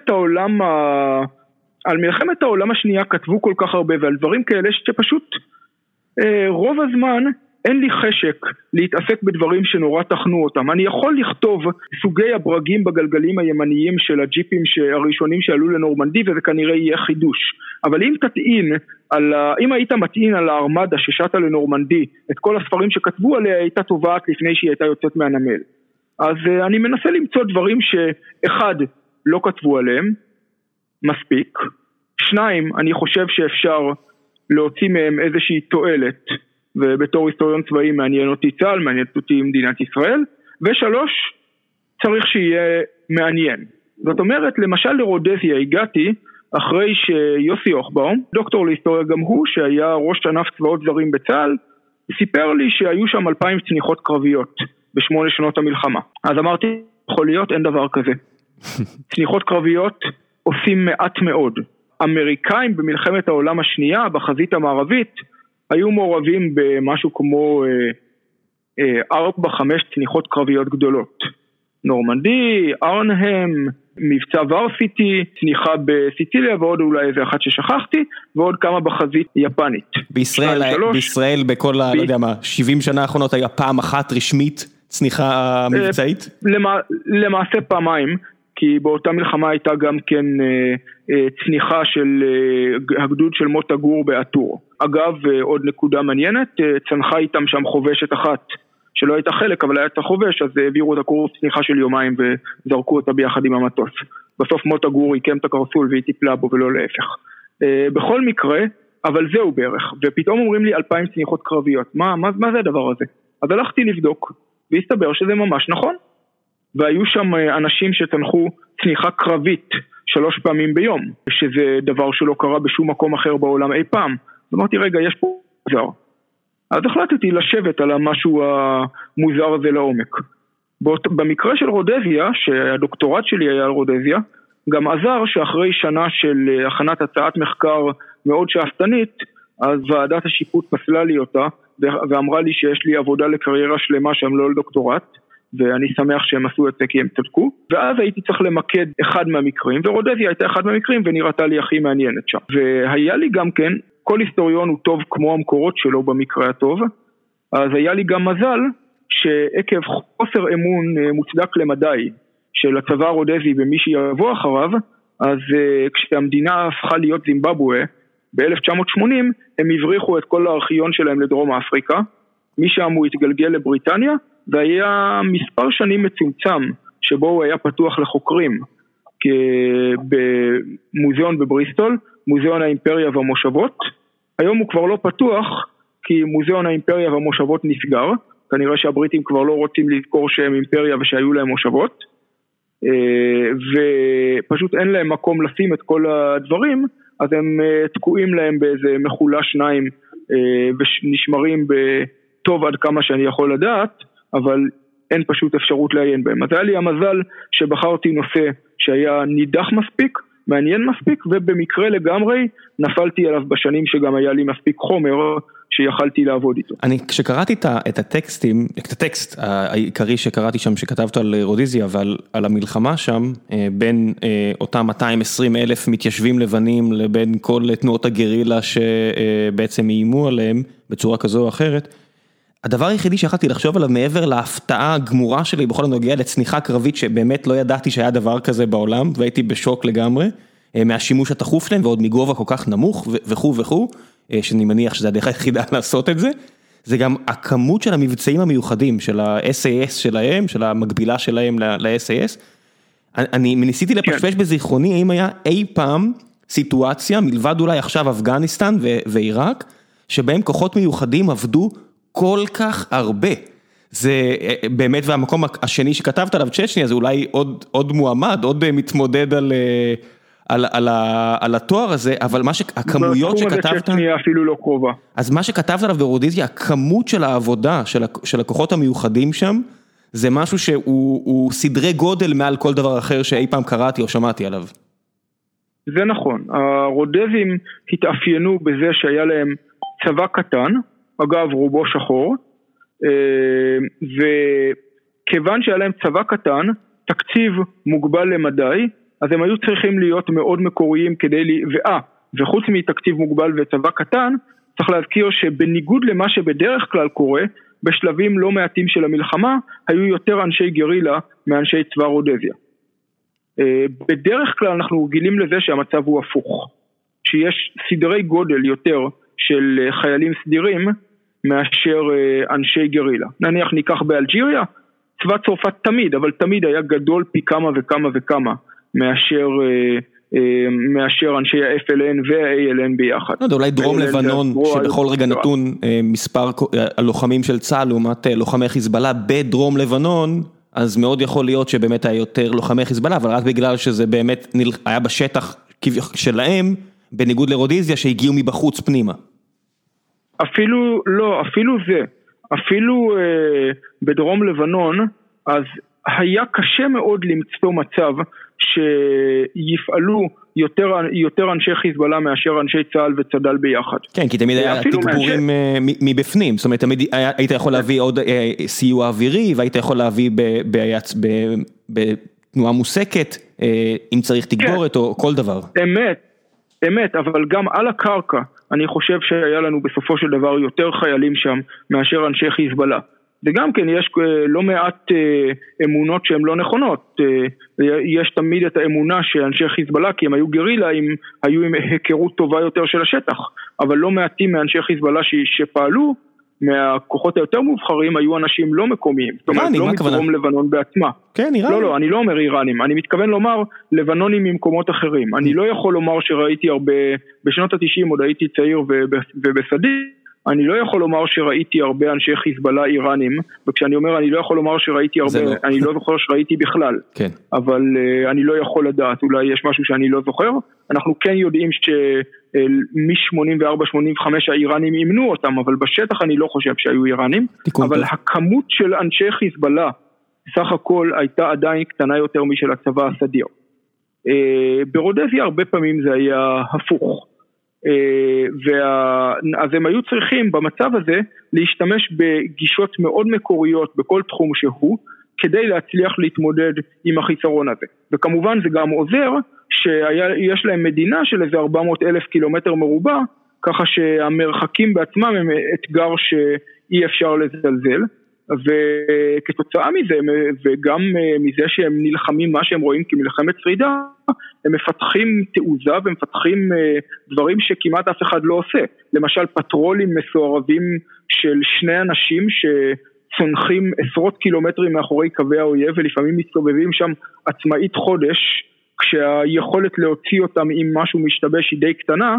מלחמת העולם השנייה כתבו כל כך הרבה, ועל דברים כאלה שפשוט רוב הזמן אין לי חשק להתעסק בדברים שנורא תחנו אותם. אני יכול לכתוב סוגי הברגים בגלגלים הימניים של הג'יפים הראשונים שעלו לנורמנדי, וזה כנראה יהיה חידוש. אבל אם היית מטעין על הארמדה ששטה לנורמנדי את כל הספרים שכתבו עליה, הייתה טובעת לפני שהיא הייתה יוצאת מהנמל. אז אני מנסה למצוא דברים שאחד, לא כתבו עליהם מספיק, שניים, אני חושב שאפשר להוציא מהם איזושהי תועלת, ובתור היסטוריון צבאי מעניין אותי צה"ל, מעניין אותי מדינת ישראל, ושלוש, צריך שיהיה מעניין. זאת אומרת, למשל לרודזיה הגעתי אחרי שיוסי אוכבאום, דוקטור להיסטוריה גם הוא, שהיה ראש ענף צבאות זרים בצה"ל, סיפר לי שהיו שם 2,000 צניחות קרביות ב8 שנות המלחמה. אז אמרתי, יכול להיות, אין דבר כזה. צניחות קרביות עושים מעט מאוד. אמריקאים במלחמת העולם השנייה, בחזית המערבית, היו מעורבים במשהו כמו 4-5 צניחות קרביות גדולות. נורמנדי, ארנהם, מבצע ורסיטי, צניחה בסיציליה ועוד אולי איזה אחת ששכחתי, ועוד כמה בחזית יפנית. בישראל בכל, לא יודע מה, 70 שנה האחרונות היה פעם אחת רשמית צניחה מבצעית? למעשה פעמיים, כי באותה מלחמה הייתה גם כן צניחה של הגדוד של מוטה גור באטור. אגב, עוד נקודה מעניינת, צנחה איתם שם חובשת אחת, שלא הייתה חלק, אבל הייתה חובש, אז העבירו את הקורס צניחה של יומיים וזרקו אותה ביחד עם המטוס. בסוף מוטה גור עיקם את הקרסול והיא טיפלה בו ולא להפך. בכל מקרה, אבל זהו בערך, ופתאום אומרים לי 2,000 צניחות קרביות. מה זה הדבר הזה? אז הלכתי לבדוק, והסתבר שזה ממש נכון. והיו שם אנשים שצנחו צניחה קרבית 3 פעמים ביום, שזה דבר שלא קרה בשום מקום אחר בעולם אי פעם. אז אמרתי, רגע, יש פה מוזר. אז החלטתי לשבת על המשהו המוזר הזה לעומק. במקרה של רודזיה, שהדוקטורט שלי היה על רודזיה, גם עזר שאחרי שנה של הכנת הצעת מחקר מאוד שאפתנית, אז ועדת השיפוט פסלה לי אותה, ואמרה לי שיש לי עבודה לקריירה שלמה שם לא לדוקטורט, ואני שמח שהם עשו את זה כי הם צדקו, ואז הייתי צריך למקד אחד מהמקרים, ורודזיה הייתה אחד מהמקרים ונראתה לי הכי מעניינת שם. והיה לי גם כן, כל היסטוריון הוא טוב כמו המקורות שלו במקרה הטוב, אז היה לי גם מזל שעקב חוסר אמון מוצדק למדי של הצבא הרודזי במי שיבוא אחריו, אז כשהמדינה הפכה להיות זימבבואה ב-1980, הם הבריחו את כל הארכיון שלהם לדרום אפריקה, משם הוא התגלגל לבריטניה, והיה מספר שנים מצומצם שבו הוא היה פתוח לחוקרים במוזיאון בבריסטול, מוזיאון האימפריה והמושבות. היום הוא כבר לא פתוח כי מוזיאון האימפריה והמושבות נסגר, כנראה שהבריטים כבר לא רוצים לזכור שהם אימפריה ושהיו להם מושבות, ופשוט אין להם מקום לשים את כל הדברים, אז הם תקועים להם באיזה מחולה שניים ונשמרים בטוב עד כמה שאני יכול לדעת, אבל אין פשוט אפשרות לעיין בהם. אז היה לי המזל שבחרתי נושא שהיה נידח מספיק, מעניין מספיק, ובמקרה לגמרי נפלתי עליו בשנים שגם היה לי מספיק חומר שיכלתי לעבוד איתו. כשקראתי את הטקסט העיקרי שקראתי שם, שכתבת על רודזיה ועל המלחמה שם, בין אותם 220,000 מתיישבים לבנים לבין כל תנועות הגרילה שבעצם איימו עליהם בצורה כזו או אחרת, הדבר היחידי שיכולתי לחשוב עליו מעבר להפתעה הגמורה שלי בכל הנוגע לצניחה קרבית שבאמת לא ידעתי שהיה דבר כזה בעולם, והייתי בשוק לגמרי, מהשימוש התחוף להם ועוד מגובה כל כך נמוך וכו', שאני מניח שזה הדרך היחידה לעשות את זה, זה גם הכמות של המבצעים המיוחדים, של ה-SAS שלהם, של המקבילה שלהם ל-SAS. אני ניסיתי לפשפש בזיכרוני, האם היה אי פעם סיטואציה, מלבד אולי עכשיו אפגניסטן ועיראק, שבהם כוחות מיוחדים עבדו כל כך הרבה. זה באמת, והמקום השני שכתבת עליו, צ'צ'ניה, זה אולי עוד מועמד, עוד מתמודד על התואר הזה, אבל הכמויות שכתבת, צ'צ'ניה אפילו לא קרובה. אז מה שכתבת עליו ברודזיה, הכמות של העבודה של הכוחות המיוחדים שם, זה משהו שהוא סדרי גודל מעל כל דבר אחר שאי פעם קראתי או שמעתי עליו. זה נכון. הרודזים התאפיינו בזה שהיה להם צבא קטן, אגב רובו שחור, וכיוון שהיה להם צבא קטן, תקציב מוגבל למדי, אז הם היו צריכים להיות מאוד מקוריים וחוץ מתקציב מוגבל וצבא קטן, צריך להזכיר שבניגוד למה שבדרך כלל קורה, בשלבים לא מעטים של המלחמה, היו יותר אנשי גרילה מאנשי צבא רודזיה. בדרך כלל אנחנו רגילים לזה שהמצב הוא הפוך, שיש סדרי גודל יותר של חיילים סדירים מאשר אנשי גרילה. נניח ניקח באלג'יריה, צבא צרפת תמיד, אבל תמיד היה גדול פי כמה וכמה וכמה מאשר מאשר אנשי ה-FLN וה-ALN ביחד. אולי דרום לבנון, שבכל רגע נתון מספר הלוחמים של צה"ל, לעומת לוחמי חיזבאללה בדרום לבנון, אז מאוד יכול להיות שבאמת היה יותר לוחמי חיזבאללה, אבל רק בגלל שזה באמת היה בשטח שלהם, בניגוד לרודזיה שהגיעו מבחוץ פנימה. אפילו לא, אפילו זה. אפילו בדרום לבנון, אז היה קשה מאוד למצוא מצב שיפעלו יותר אנשי חיזבאללה מאשר אנשי צה"ל וצד"ל ביחד. כן, כי תמיד היה תגבורים מבפנים, זאת אומרת, תמיד היית יכול להביא עוד סיוע אווירי, והיית יכול להביא בתנועה מוסקת, אם צריך תגבורת או כל דבר. אמת, אבל גם על הקרקע, אני חושב שהיה לנו בסופו של דבר יותר חיילים שם מאשר אנשי חיזבאללה. וגם כן יש לא מעט אמונות שהן לא נכונות, יש תמיד את האמונה שאנשי חיזבאללה, כי הם היו גרילה, היו עם היכרות טובה יותר של השטח, אבל לא מעטים מאנשי חיזבאללה שפעלו, מהכוחות היותר מובחרים היו אנשים לא מקומיים, זאת אומרת לא מדרום לבנון בעצמה. כן, איראנים. לא, אני לא אומר איראנים, אני מתכוון לומר לבנונים ממקומות אחרים. אני לא יכול לומר שראיתי הרבה, בשנות ה-90 עוד הייתי צעיר ובסדיר, אני לא יכול לומר שראיתי הרבה אנשי חיזבאללה איראנים, וכשאני אומר אני לא יכול לומר שראיתי הרבה, אני לא זוכר שראיתי בכלל, כן. אבל אני לא יכול לדעת, אולי יש משהו שאני לא זוכר, אנחנו כן יודעים שמ-84-85 האיראנים אימנו אותם, אבל בשטח אני לא חושב שהיו איראנים, אבל הכמות של אנשי חיזבאללה, סך הכל הייתה עדיין קטנה יותר משל הצבא הסדיר. ברודזיה הרבה פעמים זה היה הפוך, אז הם היו צריכים במצב הזה להשתמש בגישות מאוד מקוריות בכל תחום שהוא כדי להצליח להתמודד עם החיסרון הזה, וכמובן זה גם עוזר שיש להם מדינה של איזה 400,000 קילומטר מרובע, ככה שהמרחקים בעצמם הם אתגר שאי אפשר לזלזל, וכתוצאה מזה וגם מזה שהם נלחמים מה שהם רואים כמלחמת שרידה, הם מפתחים תעוזה ומפתחים דברים שכמעט אף אחד לא עושה, למשל פטרולים מסוערבים של שני אנשים שצונחים עשרות קילומטרים מאחורי קווי האויב ולפעמים מסתובבים שם עצמאית חודש, כשהיכולת להוציא אותם אם משהו משתבש היא די קטנה,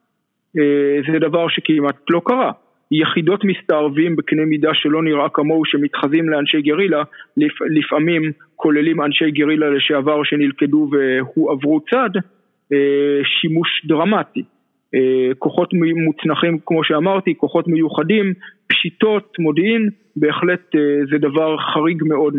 זה דבר שכמעט לא קרה. יחידות מסתערבים בקנה מידה שלא נראה כמוהו שמתחזים לאנשי גרילה, לפעמים כוללים אנשי גרילה לשעבר שנלכדו והועברו צד, שימוש דרמטי. כוחות מוצנחים כמו שאמרתי, כוחות מיוחדים, פשיטות, מודיעין, בהחלט זה דבר חריג מאוד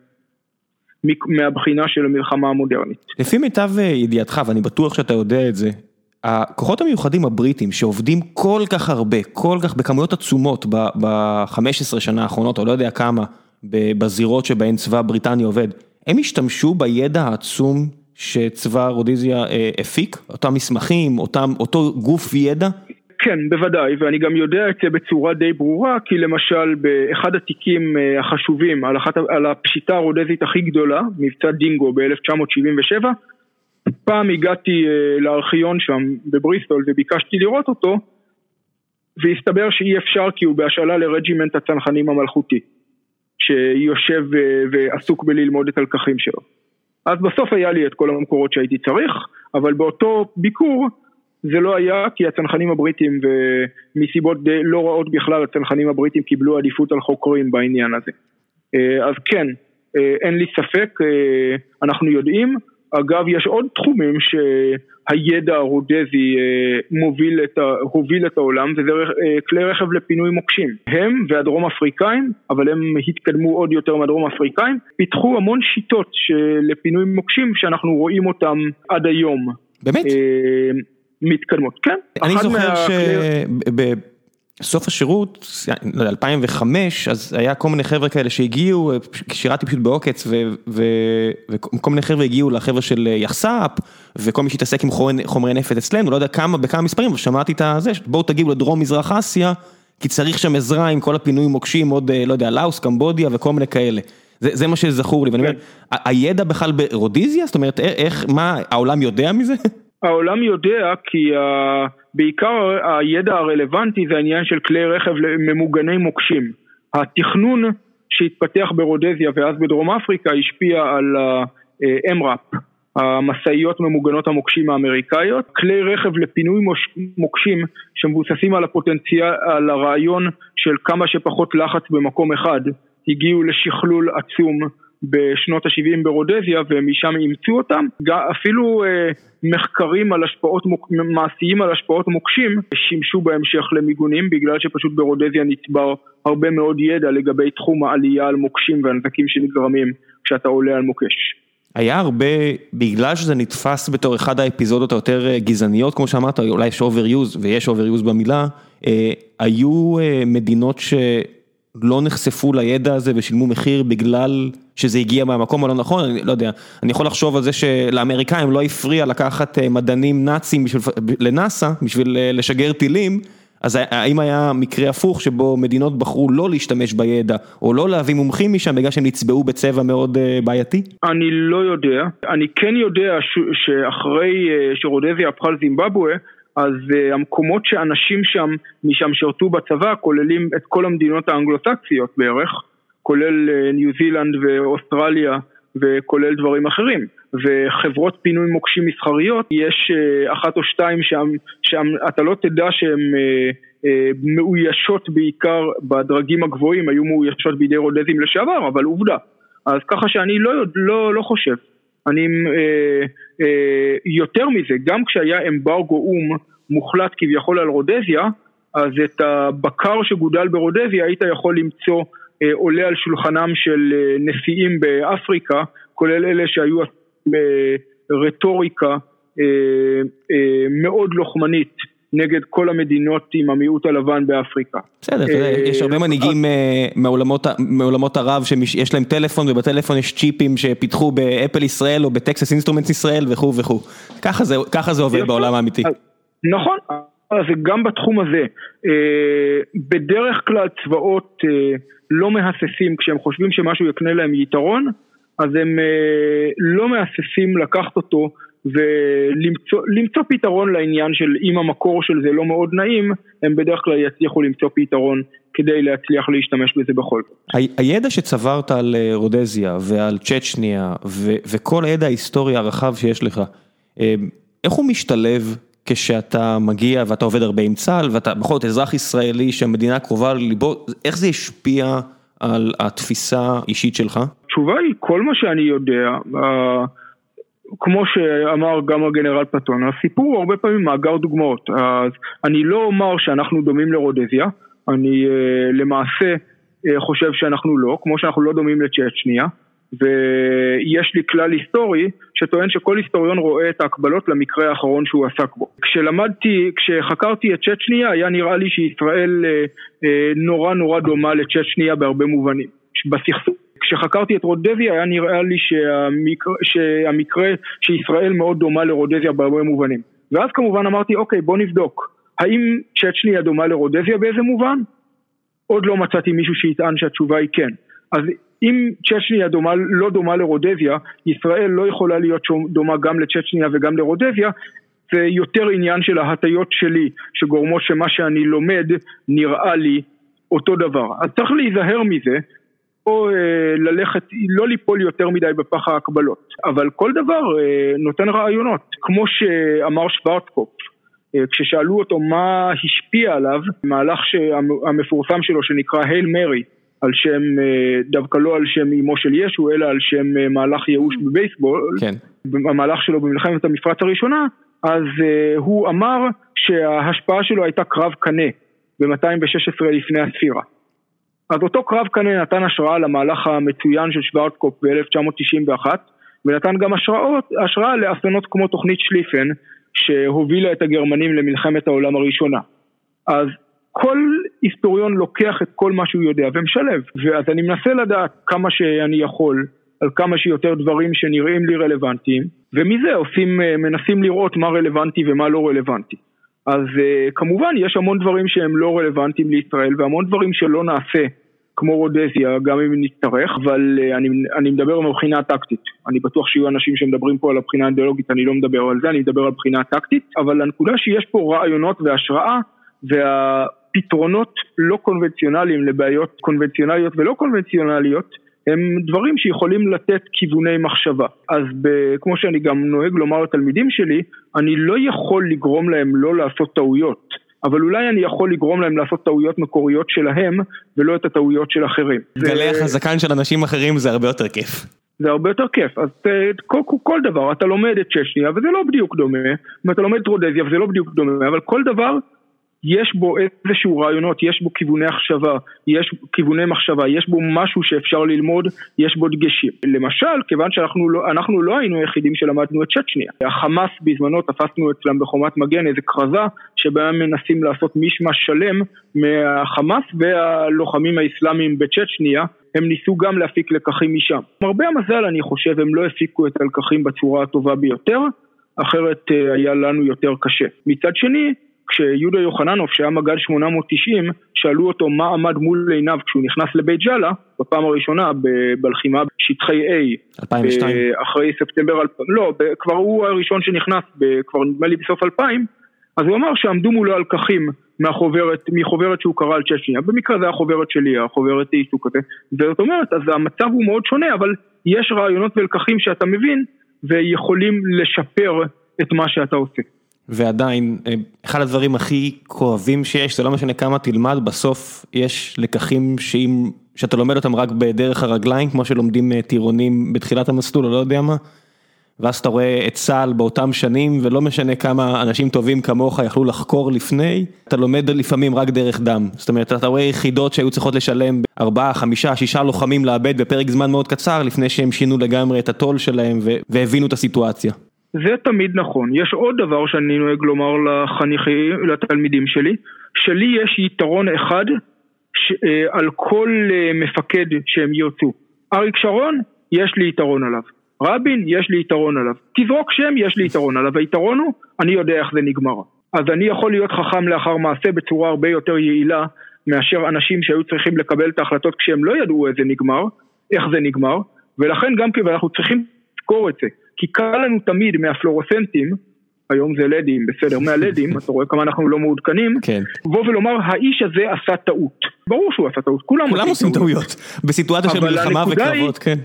מהבחינה של המלחמה המודרנית. לפי מיטב ידיעתך, ואני בטוח שאתה יודע את זה, הכוחות המיוחדים הבריטים שעובדים כל כך הרבה, כל כך בכמויות עצומות ב-15 שנה האחרונות, או לא יודע כמה, בזירות שבהן צבא בריטניה עובד, הם השתמשו בידע העצום שצבא רודזיה הפיק? אותם מסמכים, אותו גוף ידע? כן, בוודאי, ואני גם יודע את זה בצורה די ברורה, כי למשל באחד התיקים החשובים על הפשיטה הרודזית הכי גדולה, מבצע דינגו ב-1977, פעם הגעתי לארכיון שם בבריסטול וביקשתי לראות אותו, והסתבר שאי אפשר כי הוא בהשאלה לרג'ימנט הצנחנים המלכותי, שיושב ועסוק בללמוד את הלקחים שלו. אז בסוף היה לי את כל המקורות שהייתי צריך, אבל באותו ביקור זה לא היה, כי הצנחנים הבריטים ומסיבות לא רעות בכלל, הצנחנים הבריטים קיבלו עדיפות על חוקרים בעניין הזה. אז כן, אין לי ספק, אנחנו יודעים. אגב, יש עוד תחומים שהידע הרודזי הוביל את העולם, וזה כלי רכב לפינוי מוקשים. הם והדרום אפריקאים, אבל הם התקדמו עוד יותר מהדרום אפריקאים, פיתחו המון שיטות לפינוי מוקשים שאנחנו רואים אותם עד היום. באמת? מתקדמות, כן. אני זוכר בסוף השירות, 2005, אז היה כל מיני חבר'ה כאלה שהגיעו, שירתי פשוט בעוקץ, וכל מיני חבר'ה הגיעו לחבר'ה של יחסאפ, וכל מי שהתעסק עם חומרי נפט אצלנו, לא יודע בכמה מספרים, ושמעתי את זה, בואו תגיעו לדרום מזרח אסיה, כי צריך שם עזרה עם כל הפינוי מוקשים, עוד, לא יודע, לאוס, קמבודיה וכל מיני כאלה. זה מה שזכור לי, ואני אומר, הידע בכלל ברודזיה? זאת אומרת, מה, העולם יודע מזה? העולם יודע כי בעיקר הידע הרלוונטי זה העניין של כלי רכב ממוגני מוקשים. התכנון שהתפתח ברודזיה ואז בדרום אפריקה השפיע על ה-MRAP, המשאיות ממוגנות המוקשים האמריקאיות, כלי רכב לפינוי מוקשים שמבוססים על הפוטנציאל, על הרעיון של כמה שפחות לחץ במקום אחד, הגיעו לשכלול עצום בשנות ה-70 ברודזיה, ומשם אימצו אותם. אפילו מחקרים על השפעות מעשיים על השפעות מוקשים שימשו בהמשך למיגונים, בגלל שפשוט ברודזיה נצבר הרבה מאוד ידע לגבי תחום העלייה על מוקשים והנזקים שנגרמים כשאתה עולה על מוקש. היה הרבה, בגלל שזה נתפס בתור אחד האפיזודות היותר גזעניות, כמו שאמרת, אולי יש overuse, ויש overuse במילה, היו מדינות שלא נחשפו לידע הזה ושילמו מחיר בגלל שזה הגיע מהמקום הלא נכון, אני לא יודע, אני יכול לחשוב על זה שלאמריקאים לא הפריע לקחת מדענים נאצים לנאסא, בשביל לשגר טילים, אז האם היה מקרה הפוך שבו מדינות בחרו לא להשתמש בידע, או לא להביא מומחים משם בגלל שהם נצבעו בצבע מאוד בעייתי? אני לא יודע. אני כן יודע שאחרי שרודזיה הפכה לזימבבואה, אז המקומות שאנשים משם שרתו בצבא, כוללים את כל המדינות האנגלוסקסיות בערך, כולל ניו זילנד ואוסטרליה, וכולל דברים אחרים. וחברות פינוי מוקשים מסחריות, יש אחת או שתיים שם אתה לא תדע שהן מאוישות בעיקר בדרגים הגבוהים, היו מאוישות בידי רודזים לשעבר, אבל עובדה. אז ככה שאני לא חושב. אני יותר מזה, גם כשהיה אמברגו אום מוחלט כביכול על רודזיה, אז את הבקר שגודל ברודזיה היית יכול למצוא עולה על שולחנם של נשיאים באפריקה, כולל אלה שהיו רטוריקה מאוד לוחמנית נגד כל המדינות עם המיעוט הלבן באפריקה. בסדר, יש הרבה מנהיגים מעולמות ערב שיש להם טלפון, ובטלפון יש צ'יפים שפיתחו באפל ישראל או בטקסס אינסטרומנטס ישראל וכו' וכו'. ככה זה עובד בעולם האמיתי. נכון, אז גם בתחום הזה, בדרך כלל צבאות לא מהססים, כשהם חושבים שמשהו יקנה להם יתרון, אז הם לא מהססים לקחת אותו ולמצוא פתרון לעניין של אם המקור של זה לא מאוד נעים, הם בדרך כלל יצליחו למצוא פתרון כדי להצליח להשתמש בזה בכל זאת. הידע שצברת על רודזיה ועל צ'צ'ניה וכל הידע ההיסטורי הרחב שיש לך, איך הוא משתלב כשאתה מגיע ואתה עובד הרבה עם צה"ל ואתה בכל זאת אזרח ישראלי שהמדינה קרובה לליבו, איך זה השפיע על התפיסה האישית שלך? התשובה היא כל מה שאני יודע, כמו שאמר גם הגנרל פטון, הסיפור הוא הרבה פעמים מאגר דוגמאות. אז אני לא אומר שאנחנו דומים לרודזיה, אני למעשה חושב שאנחנו לא, כמו שאנחנו לא דומים לצ'צ'ניה, ויש לי כלל היסטורי שטוען שכל היסטוריון רואה את ההקבלות למקרה האחרון שהוא עסק בו. כשחקרתי את צ'צ'ניה, היה נראה לי שישראל נורא דומה לצ'צ'ניה בהרבה מובנים. בסכסוך. כשחקרתי את רודזיה, היה נראה לי שהמקרה שישראל מאוד דומה לרודזיה בהרבה מובנים. ואז כמובן אמרתי, אוקיי, בוא נבדוק. האם צ'צ'ניה דומה לרודזיה באיזה מובן? עוד לא מצאתי מישהו שיטען שהתשובה היא כן. אז אם צ'צ'ניה לא דומה לרודזיה, ישראל לא יכולה להיות דומה גם לצ'צ'ניה וגם לרודזיה, זה יותר עניין של ההטיות שלי, שגורמות שמה שאני לומד נראה לי אותו דבר. אז צריך להיזהר מזה, או לא ליפול יותר מדי בפח ההקבלות. אבל כל דבר נותן רעיונות. כמו שאמר שוורצקופף, כששאלו אותו מה השפיע עליו, מהלך המפורסם שלו שנקרא הייל מרי, על שם, דווקא לא על שם אמו של ישו, אלא על שם מהלך ייאוש בבייסבול, כן. המהלך שלו במלחמת המפרץ הראשונה, אז הוא אמר שההשפעה שלו הייתה קרב קנה, ב-216 לפני הספירה. אז אותו קרב קנה נתן השראה למהלך המצוין של שוורצקופף ב-1991, ונתן גם השראה לאסונות כמו תוכנית שליפן, שהובילה את הגרמנים למלחמת העולם הראשונה. אז כל היסטוריון לוקח את כל מה שהוא יודע ומשלב, ואז אני מנסה לדעת כמה שאני יכול, על כמה שיותר דברים שנראים לי רלוונטיים, ומזה מנסים לראות מה רלוונטי ומה לא רלוונטי. אז כמובן יש המון דברים שהם לא רלוונטיים לישראל, והמון דברים שלא נעשה כמו רודזיה, גם אם נצטרך, אבל אני מדבר מבחינה טקטית. אני בטוח שיהיו אנשים שמדברים פה על הבחינה האידיאולוגית, אני לא מדבר על זה, אני מדבר על בחינה טקטית, אבל הנקודה שיש פה רעיונות והשראה, והפתרונות לא קונבנציונליים לבעיות קונבנציונליות ולא קונבנציונליות, הם דברים שיכולים לתת כיווני מחשבה. אז כמו שאני גם נוהג לומר לתלמידים שלי, אני לא יכול לגרום להם לא לעשות טעויות, אבל אולי אני יכול לגרום להם לעשות טעויות מקוריות שלהם, ולא את הטעויות של אחרים. גלי החזקן של אנשים אחרים זה הרבה יותר כיף. זה הרבה יותר כיף, אז כל דבר, אתה לומד את צ'צ'ניה, וזה לא בדיוק דומה, אתה לומד את רודזיה, וזה לא בדיוק דומה, אבל כל דבר, יש בו איזשהו רעיונות, יש בו כיווני מחשבה, יש בו משהו שאפשר ללמוד, יש בו דגשים. למשל, כיוון שאנחנו לא היינו היחידים שלמדנו את צ'צ'ניה. החמאס בזמנו תפסנו אצלם בחומת מגן איזה כרזה, שבה מנסים לעשות משמש שלם מהחמאס והלוחמים האסלאמיים בצ'צ'ניה, הם ניסו גם להפיק לקחים משם. הרבה המזל, אני חושב, הם לא הפיקו את הלקחים בצורה הטובה ביותר, אחרת היה לנו יותר קשה. מצד שני, כשיהודה יוחננוף, שהיה מג"ד 890, שאלו אותו מה עמד מול עיניו כשהוא נכנס לבית ג'אלה, בפעם הראשונה בלחימה בשטחי A, 2002. אחרי ספטמבר, כבר הוא הראשון שנכנס, כבר נדמה לי בסוף 2000, אז הוא אמר שעמדו מולו על לקחים מחוברת שהוא קרא על צ'צ'ניה, במקרה זה החוברת שלי, החוברת עיסוק כזה, זאת אומרת, אז המצב הוא מאוד שונה, אבל יש רעיונות ולקחים שאתה מבין, ויכולים לשפר את מה שאתה עושה. ועדיין, אחד הדברים הכי כואבים שיש, זה לא משנה כמה תלמד, בסוף יש לקחים שאתה לומד אותם רק בדרך הרגליים, כמו שלומדים טירונים בתחילת המסלול, או לא יודע מה, ואז אתה רואה את צה"ל באותם שנים, ולא משנה כמה אנשים טובים כמוך יכלו לחקור לפני, אתה לומד לפעמים רק דרך דם. זאת אומרת, אתה רואה יחידות שהיו צריכות לשלם 4, 5, 6 לוחמים לאבד בפרק זמן מאוד קצר, לפני שהם שינו לגמרי את הטול שלהם, והבינו את הסיטואציה. זה תמיד נכון. יש עוד דבר שאני נוהג לומר לתלמידים שלי יש יתרון אחד על כל מפקד שהם ירצו. אריק שרון, יש לי יתרון עליו. רבין, יש לי יתרון עליו. תזרוק שם, יש לי יתרון עליו. היתרון הוא, אני יודע איך זה נגמר. אז אני יכול להיות חכם לאחר מעשה בצורה הרבה יותר יעילה, מאשר אנשים שהיו צריכים לקבל את ההחלטות כשהם לא ידעו איך זה נגמר, ולכן גם כי אנחנו צריכים לזכור את זה. כי קל לנו תמיד מהפלורוסנטים, היום זה לדים, בסדר, מהלדים, אתה רואה כמה אנחנו לא מעודכנים, בוא ולומר, האיש הזה עשה טעות. ברור שהוא עשה טעות, כולם עושים טעויות, בסיטואציה של מלחמה וקרבות, כן.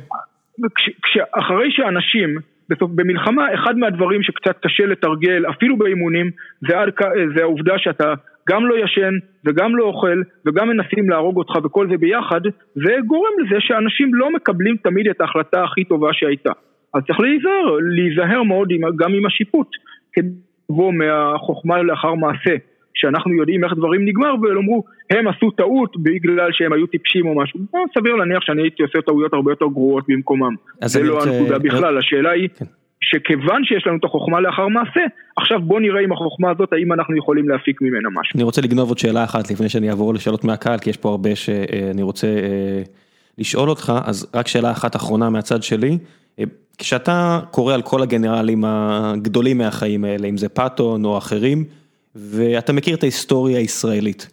אחרי שאנשים, במלחמה, אחד מהדברים שקצת קשה לתרגל, אפילו באימונים, זה העובדה שאתה גם לא ישן, וגם לא אוכל, וגם מנסים להרוג אותך וכל זה ביחד, זה גורם לזה שאנשים לא מקבלים תמיד את ההחלטה הכי טובה שהייתה. אז צריך להיזהר מאוד גם עם השיפוט, כדבוא מהחוכמה לאחר מעשה, שאנחנו יודעים איך דברים נגמר, ואומרו, הם עשו טעות בגלל שהם היו טיפשים או משהו. סביר להניח שאני הייתי עושה טעויות הרבה יותר גרועות במקומם. זה לא הנקודה בכלל. השאלה היא שכיוון שיש לנו את החוכמה לאחר מעשה, עכשיו בוא נראה עם החוכמה הזאת, האם אנחנו יכולים להפיק ממנה משהו. אני רוצה לגנוב עוד שאלה אחת לפני שאני אעבור לשאלות מהקהל, כי יש פה הרבה שאני רוצה לשאול אותך, אז רק שאלה אחת אחרונה מהצד שלי. כשאתה קורא על כל הגנרלים הגדולים מהחיים האלה, אם זה פאטון או אחרים, ואתה מכיר את ההיסטוריה הישראלית,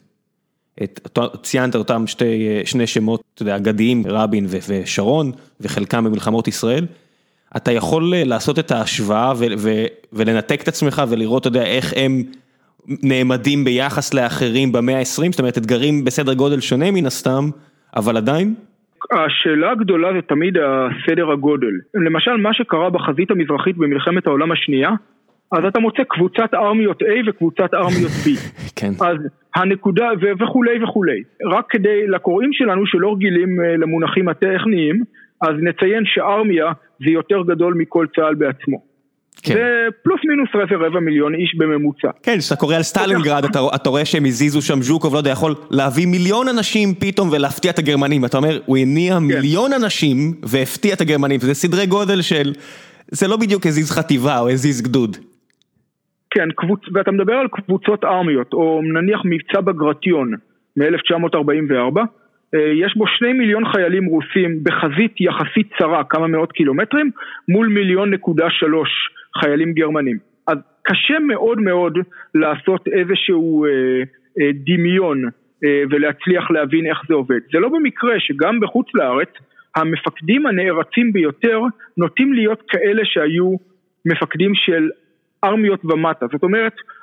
ציינת אותם שני שמות אגדיים, רבין ושרון, וחלקם במלחמות ישראל, אתה יכול לעשות את ההשוואה ולנתק את עצמך ולראות, אתה יודע, איך הם נעמדים ביחס לאחרים במאה ה-20, זאת אומרת, אתגרים בסדר גודל שונה מן הסתם, אבל עדיין? השאלה הגדולה זה תמיד הסדר הגודל. למשל, מה שקרה בחזית המזרחית במלחמת העולם השנייה, אז אתה מוצא קבוצת ארמיות A וקבוצת ארמיות B. כן. אז הנקודה וכולי וכולי. רק כדי לקוראים שלנו שלא רגילים למונחים הטכניים, אז נציין שארמיה זה יותר גדול מכל צה"ל בעצמו. כן. זה פלוס מינוס 250,000 איש בממוצע. כן, כשאתה קורא על סטלינגרד, אתה רואה שהם הזיזו שם ז'וקוב, לא יודע, יכול להביא 1,000,000 אנשים פתאום ולהפתיע את הגרמנים. אתה אומר, הוא הניע 1,000,000 אנשים והפתיע את הגרמנים. זה סדרי גודל של, זה לא בדיוק הזיז חטיבה או הזיז גדוד. כן, ואתה מדבר על קבוצות ארמיות, או נניח מבצע בגרטיון מ-1944, יש בו 2 מיליון חיילים רוסים בחזית יחסית צרה, כמה מאות קילומטרים, מול 1.3 מיליון חיילים גרמנים. אז קשה מאוד מאוד לעשות איזשהו דמיון ולהצליח להבין איך זה עובד. זה לא במקרה שגם בחוץ לארץ, המפקדים הנערצים ביותר נוטים להיות כאלה שהיו מפקדים של ארמיות ומטה. זאת אומרת,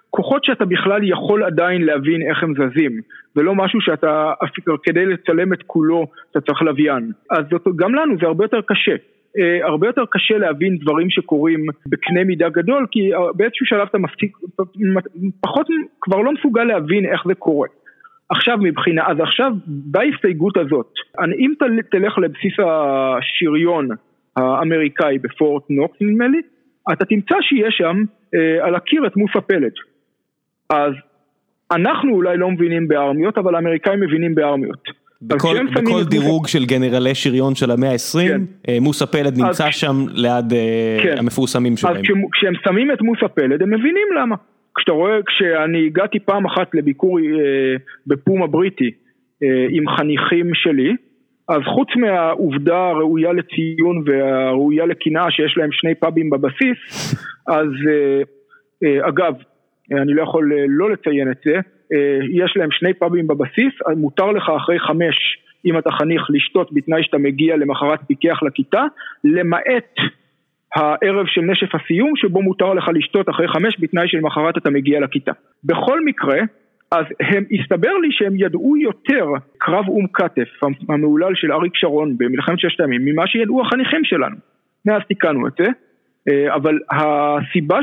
כוחות שאתה בכלל יכול עדיין להבין איך הם זזים, ולא משהו שאתה, כדי לצלם את כולו, אתה צריך לוויין. אז גם לנו זה הרבה יותר קשה. הרבה יותר קשה להבין דברים שקורים בקנה מידה גדול, כי באיזשהו שלב אתה פחות כבר לא מסוגל להבין איך זה קורה. עכשיו אז עכשיו בהסתייגות הזאת, אם תלך לבסיס השריון האמריקאי בפורט נוקס נדמה לי, אתה תמצא שיש שם על הקיר את מוסה פלד. אז אנחנו אולי לא מבינים בארמיות, אבל האמריקאים מבינים בארמיות. בכל דירוג של גנרלי שריון של המאה ה-20, מוסה פלד נמצא שם ליד המפורסמים שלהם. אז כשהם שמים את מוסה פלד, הם מבינים למה. כשאני הגעתי פעם אחת לביקור בפום הבריטי עם חניכים שלי, אז חוץ מהעובדה הראויה לציון והראויה לקנאה שיש להם 2 פאבים בבסיס, אז אגב, אני לא יכול לא לציין את זה, יש להם 2 פאבים בבסיס, מותר לך אחרי 5, אם אתה חניך, לשתות בתנאי שאתה מגיע למחרת פיקח לכיתה, למעט הערב של נשף הסיום, שבו מותר לך לשתות אחרי 5, בתנאי שלמחרת אתה מגיע לכיתה. בכל מקרה, אז הם הסתבר לי שהם ידעו יותר קרב כתף, המעולל של אריק שרון במלחמת 6 הימים, ממה שידעו החניכים שלנו. מאז תיקנו את זה, אבל הסיבה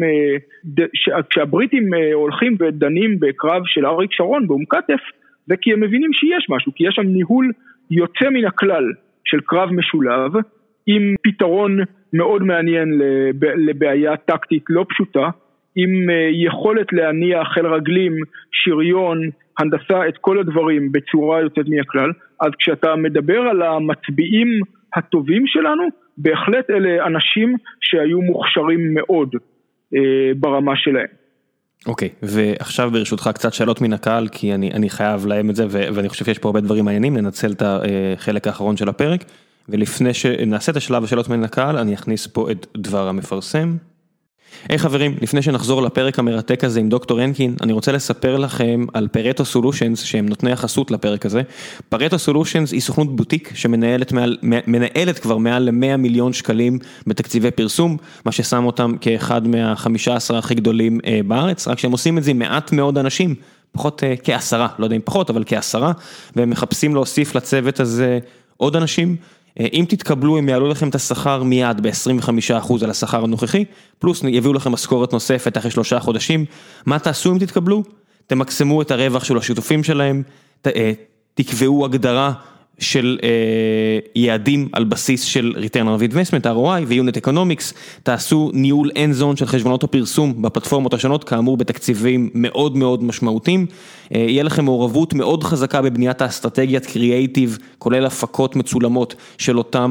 כשהבריטים הולכים ודנים בקרב של אריק שרון כתף, זה כי הם מבינים שיש משהו, כי יש שם ניהול יוצא מן הכלל של קרב משולב, עם פתרון מאוד מעניין לבעיה טקטית לא פשוטה, עם יכולת להניע חיל רגלים, שריון, הנדסה, את כל הדברים בצורה יוצאת מהכלל. אז כשאתה מדבר על המצביעים הטובים שלנו, בהחלט אלה אנשים שהיו מוכשרים מאוד ברמה שלהם. אוקיי, ועכשיו ברשותך קצת שאלות מן הקהל, כי אני חייב להם את זה, ואני חושב שיש פה הרבה דברים מעניינים, ננצל את החלק האחרון של הפרק, ולפני שנעשה את השלב השאלות מן הקהל, אני אכניס פה את דבר המפרסם. היי חברים, לפני שנחזור לפרק המרתק הזה עם דוקטור הנקין, אני רוצה לספר לכם על פרטו סולושנס, שהם נותני החסות לפרק הזה. פרטו סולושנס היא סוכנות בוטיק שמנהלת כבר מעל ל100 מיליון שקלים בתקציבי פרסום, מה ששם אותם כאחד מה15 הכי גדולים בארץ, רק שהם עושים את זה עם מעט מאוד אנשים, פחות כ10, לא יודע אם פחות, אבל כ10, והם מחפשים להוסיף לצוות הזה עוד אנשים. אם תתקבלו, הם יעלו לכם את השכר מיד ב-25% על השכר הנוכחי, פלוס יביאו לכם משכורת נוספת אחרי 3 חודשים. מה תעשו אם תתקבלו? תמקסמו את הרווח של השיתופים שלהם, תקבעו הגדרה של יעדים על בסיס של Return on Investment, ROI ו-Unit Economics, תעשו ניהול end zone של חשבונות הפרסום בפלטפורמות השונות, כאמור בתקציבים מאוד מאוד משמעותיים, יהיה לכם מעורבות מאוד חזקה בבניית האסטרטגיית קריאייטיב, כולל הפקות מצולמות של אותן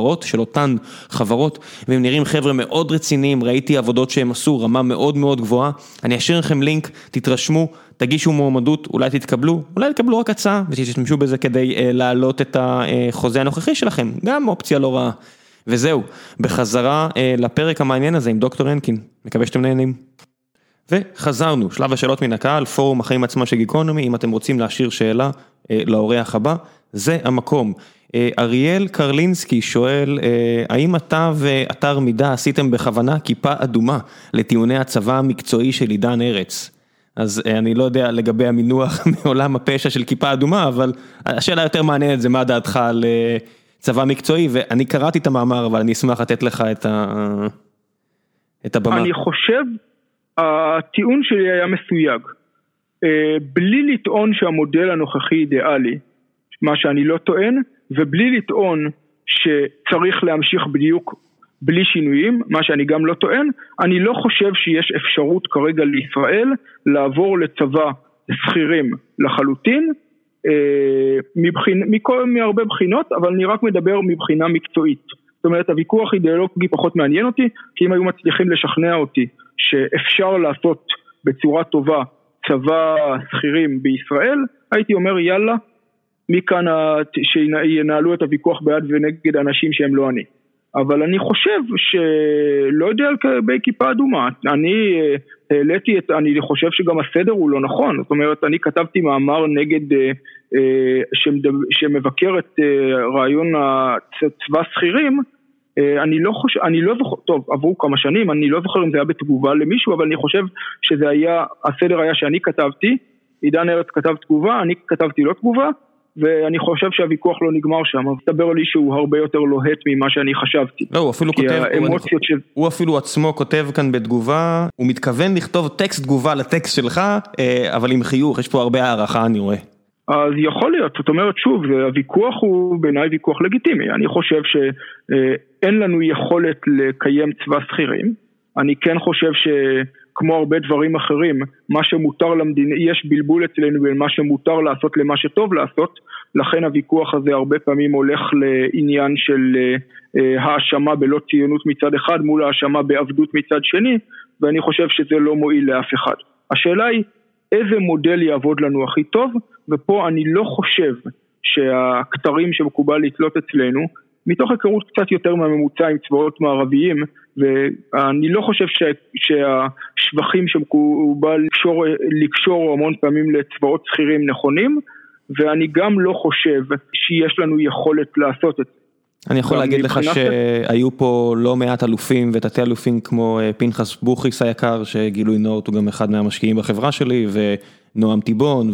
חברות, והם נראים חבר'ה מאוד רציניים, ראיתי עבודות שהם עשו, רמה מאוד מאוד גבוהה, אני אשאיר לכם לינק, תתרשמו, תגישו מועמדות, אולי תקבלו רק הצעה, ותשתמשו בזה כדי להעלות את החוזה הנוכחי שלכם, גם אופציה לא רעה. וזהו, בחזרה לפרק המעניין הזה עם דוקטור הנקין, מקווה שאתם נהנים. וחזרנו, שלב השאלות מן הקהל, פורום החיים עצמם של גיקונומי, אם אתם רוצים להשאיר שאלה לאורח הבא, זה המקום. אריאל קרלינסקי שואל, האם אתה ואתר מידע עשיתם בכוונה כיפה אדומה לטיעוני הצבא המקצועי של עידן ארץ? אז אני לא יודע לגבי המינוח מעולם הפשע של כיפה אדומה, אבל השאלה יותר מעניינת זה מה דעתך על צבא מקצועי, ואני קראתי את המאמר, אבל אני אשמח לתת לך את הבמה. אני חושב, הטיעון שלי היה מסויג. בלי לטעון שהמודל הנוכחי אידיאלי, מה שאני לא טוען, ובלי לטעון שצריך להמשיך בדיוק בלי שינויים, מה שאני גם לא טוען, אני לא חושב שיש אפשרות כרגע לישראל לעבור לצבא שכירים לחלוטין, מהרבה בחינות, אבל אני רק מדבר מבחינה מקצועית. זאת אומרת, הוויכוח אידיאולוגי פחות מעניין אותי, כי אם היו מצליחים לשכנע אותי שאפשר לעשות בצורה טובה צבא שכירים בישראל, הייתי אומר יאללה, מכאן שינהלו את הוויכוח בעד ונגד אנשים שהם לא אני. אבל אני חושב שלא יודע על כיפה אדומה, אני חושב שגם הסדר הוא לא נכון, זאת אומרת אני כתבתי מאמר נגד שמבקר את רעיון הצבא שכירים, אני לא זוכר, טוב, עברו כמה שנים, אני לא זוכר אם זה היה בתגובה למישהו, אבל אני חושב שזה היה, הסדר היה שאני כתבתי, עידן ארץ כתב תגובה, אני כתבתי לא תגובה, ואני חושב שהוויכוח לא נגמר שם, אז תדבר לי שהוא הרבה יותר לוהט ממה שאני חשבתי. לא, הוא אפילו כותב, הוא אפילו עצמו כותב כאן בתגובה, הוא מתכוון לכתוב טקסט תגובה לטקסט שלך, אבל עם חיוך, יש פה הרבה הערכה אני רואה. אז יכול להיות, זאת אומרת שוב, הוויכוח הוא בעיניי ויכוח לגיטימי, אני חושב שאין לנו יכולת לקיים צבא שכירים, אני כן חושב שכמו הרבה דברים אחרים, מה שמותר למדינה, יש בלבול אצלנו בין מה שמותר לעשות למה שטוב לעשות, לכן הוויכוח הזה הרבה פעמים הולך לעניין של האשמה בלא ציונות מצד אחד, מול האשמה בעבדות מצד שני, ואני חושב שזה לא מועיל לאף אחד. השאלה היא, איזה מודל יעבוד לנו הכי טוב, ופה אני לא חושב שהכתרים שמקובל לתלות אצלנו, מתוך היכרות קצת יותר מהממוצע עם צבאות מערביים, ואני לא חושב שהשבחים שמקובל לקשור המון פעמים לצבאות שכירים נכונים, ואני גם לא חושב שיש לנו יכולת לעשות את זה. אני יכול להגיד לך שהיו פה לא מעט אלופים ותתי אלופים כמו פנחס בוכריס היקר, שגילוי נאות הוא גם אחד מהמשקיעים בחברה שלי, ונועם טיבון,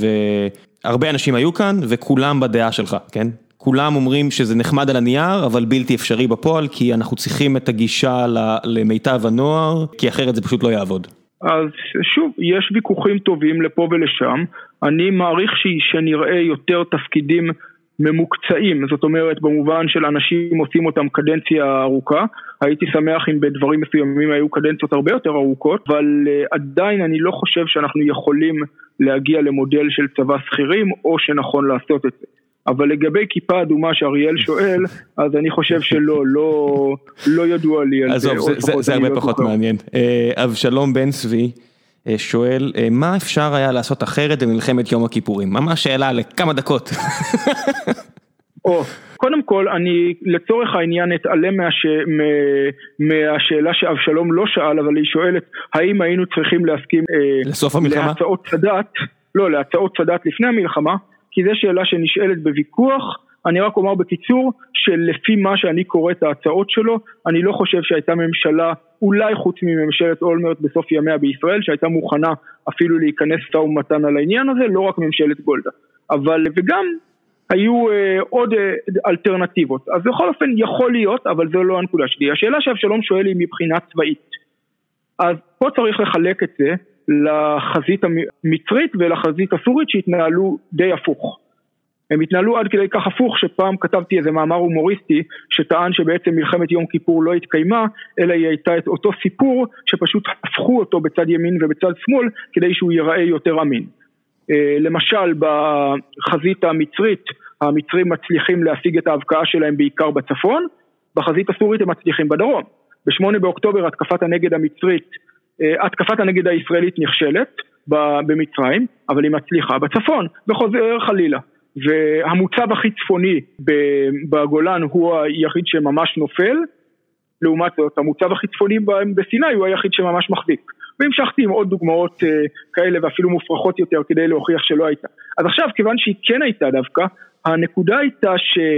והרבה אנשים היו כאן, וכולם בדעה שלך, כן? כולם אומרים שזה נחמד על הנייר, אבל בלתי אפשרי בפועל, כי אנחנו צריכים את הגישה למיטב הנוער, כי אחרת זה פשוט לא יעבוד. אז שוב, יש ויכוחים טובים לפה ולשם, אני מעריך שנראה יותר תפקידים ממוקצעים, זאת אומרת במובן של אנשים עושים אותם קדנציה ארוכה, הייתי שמח אם בדברים מסוימים היו קדנציות הרבה יותר ארוכות, אבל עדיין אני לא חושב שאנחנו יכולים להגיע למודל של צבא שכירים, או שנכון לעשות את זה. אבל לגבי כיפה אדומה שאריאל שואל, אז אני חושב שלא, לא ידוע לי על זה. זה הרבה פחות מעניין. אבשלום בן צבי שואל, מה אפשר היה לעשות אחרת במלחמת יום הכיפורים? ממש שאלה לכמה דקות. קודם כל, אני לצורך העניין אתעלם מהשאלה שאבשלום לא שאל, אבל היא שואלת, האם היינו צריכים להסכים לסוף המלחמה? להצעות צדת לפני המלחמה, כי זו שאלה שנשאלת בוויכוח, אני רק אומר בקיצור, שלפי מה שאני קורא את ההצעות שלו, אני לא חושב שהייתה ממשלה, אולי חוץ מממשלת אולמרט בסוף ימיה בישראל, שהייתה מוכנה אפילו להיכנס משא ומתן על העניין הזה, לא רק ממשלת גולדה. אבל, וגם היו עוד אלטרנטיבות. אז בכל אופן יכול להיות, אבל זו לא הנקודה שלי. השאלה שאבשלום שואל היא מבחינה צבאית. אז פה צריך לחלק את זה לחזית המצרית ולחזית הסורית שהתנהלו די הפוך. הם התנהלו עד כדי כך הפוך שפעם כתבתי איזה מאמר הומוריסטי שטען שבעצם מלחמת יום כיפור לא התקיימה, אלא היא הייתה את אותו סיפור שפשוט הפכו אותו בצד ימין ובצד שמאל כדי שהוא ייראה יותר אמין. למשל בחזית המצרית, המצרים מצליחים להשיג את ההבקעה שלהם בעיקר בצפון, בחזית הסורית הם מצליחים בדרום. ב8 באוקטובר התקפת הנגד המצרית, התקפת הנגד הישראלית נכשלת במצרים, אבל היא מצליחה בצפון, וחוזר חלילה. והמוצב הכי צפוני בגולן הוא היחיד שממש נופל, לעומת זאת המוצב הכי צפוני בסיני הוא היחיד שממש מחזיק. והמשכתי עם עוד דוגמאות כאלה ואפילו מופרכות יותר כדי להוכיח שלא הייתה. אז עכשיו כיוון שהיא כן הייתה דווקא, הנקודה הייתה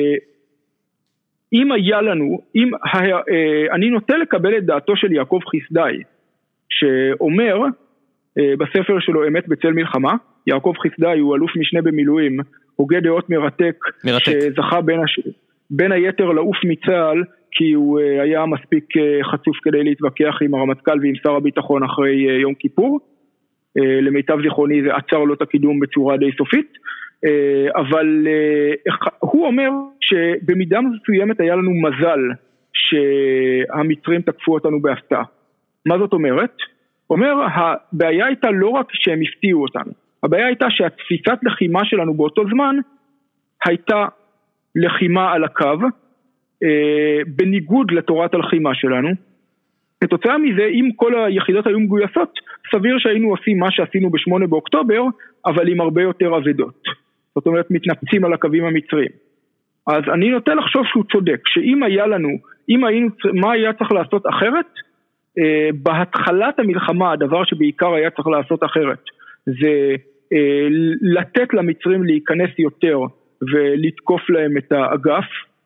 שאם היה לנו, אני נוטה לקבל את דעתו של יעקב חסדאי, שאומר בספר שלו אמת בצל מלחמה, יעקב חסדאי הוא אלוף משנה במילואים, הוגה דעות מרתק. שזכה בין היתר לעוף מצה"ל, כי הוא היה מספיק חצוף כדי להתווכח עם הרמטכ"ל ועם שר הביטחון אחרי יום כיפור. למיטב זיכרוני זה עצר לו את הקידום בצורה די סופית. אבל הוא אומר שבמידה מסוימת היה לנו מזל שהמצרים תקפו אותנו בהפתעה. מה זאת אומרת? אומר, הבעיה הייתה לא רק שהם הפתיעו אותנו, הבעיה הייתה שהתפיסת לחימה שלנו באותו זמן הייתה לחימה על הקו, בניגוד לתורת הלחימה שלנו. כתוצאה מזה, אם כל היחידות היו מגויסות, סביר שהיינו עושים מה שעשינו ב8 באוקטובר, אבל עם הרבה יותר עבדות. זאת אומרת, מתנפצים על הקווים המצריים. אז אני נוטה לחשוב שהוא צודק, שאם היה לנו, מה היה צריך לעשות אחרת? בהתחלת המלחמה, הדבר שבעיקר היה צריך לעשות אחרת, זה לתת למצרים להיכנס יותר ולתקוף להם את האגף,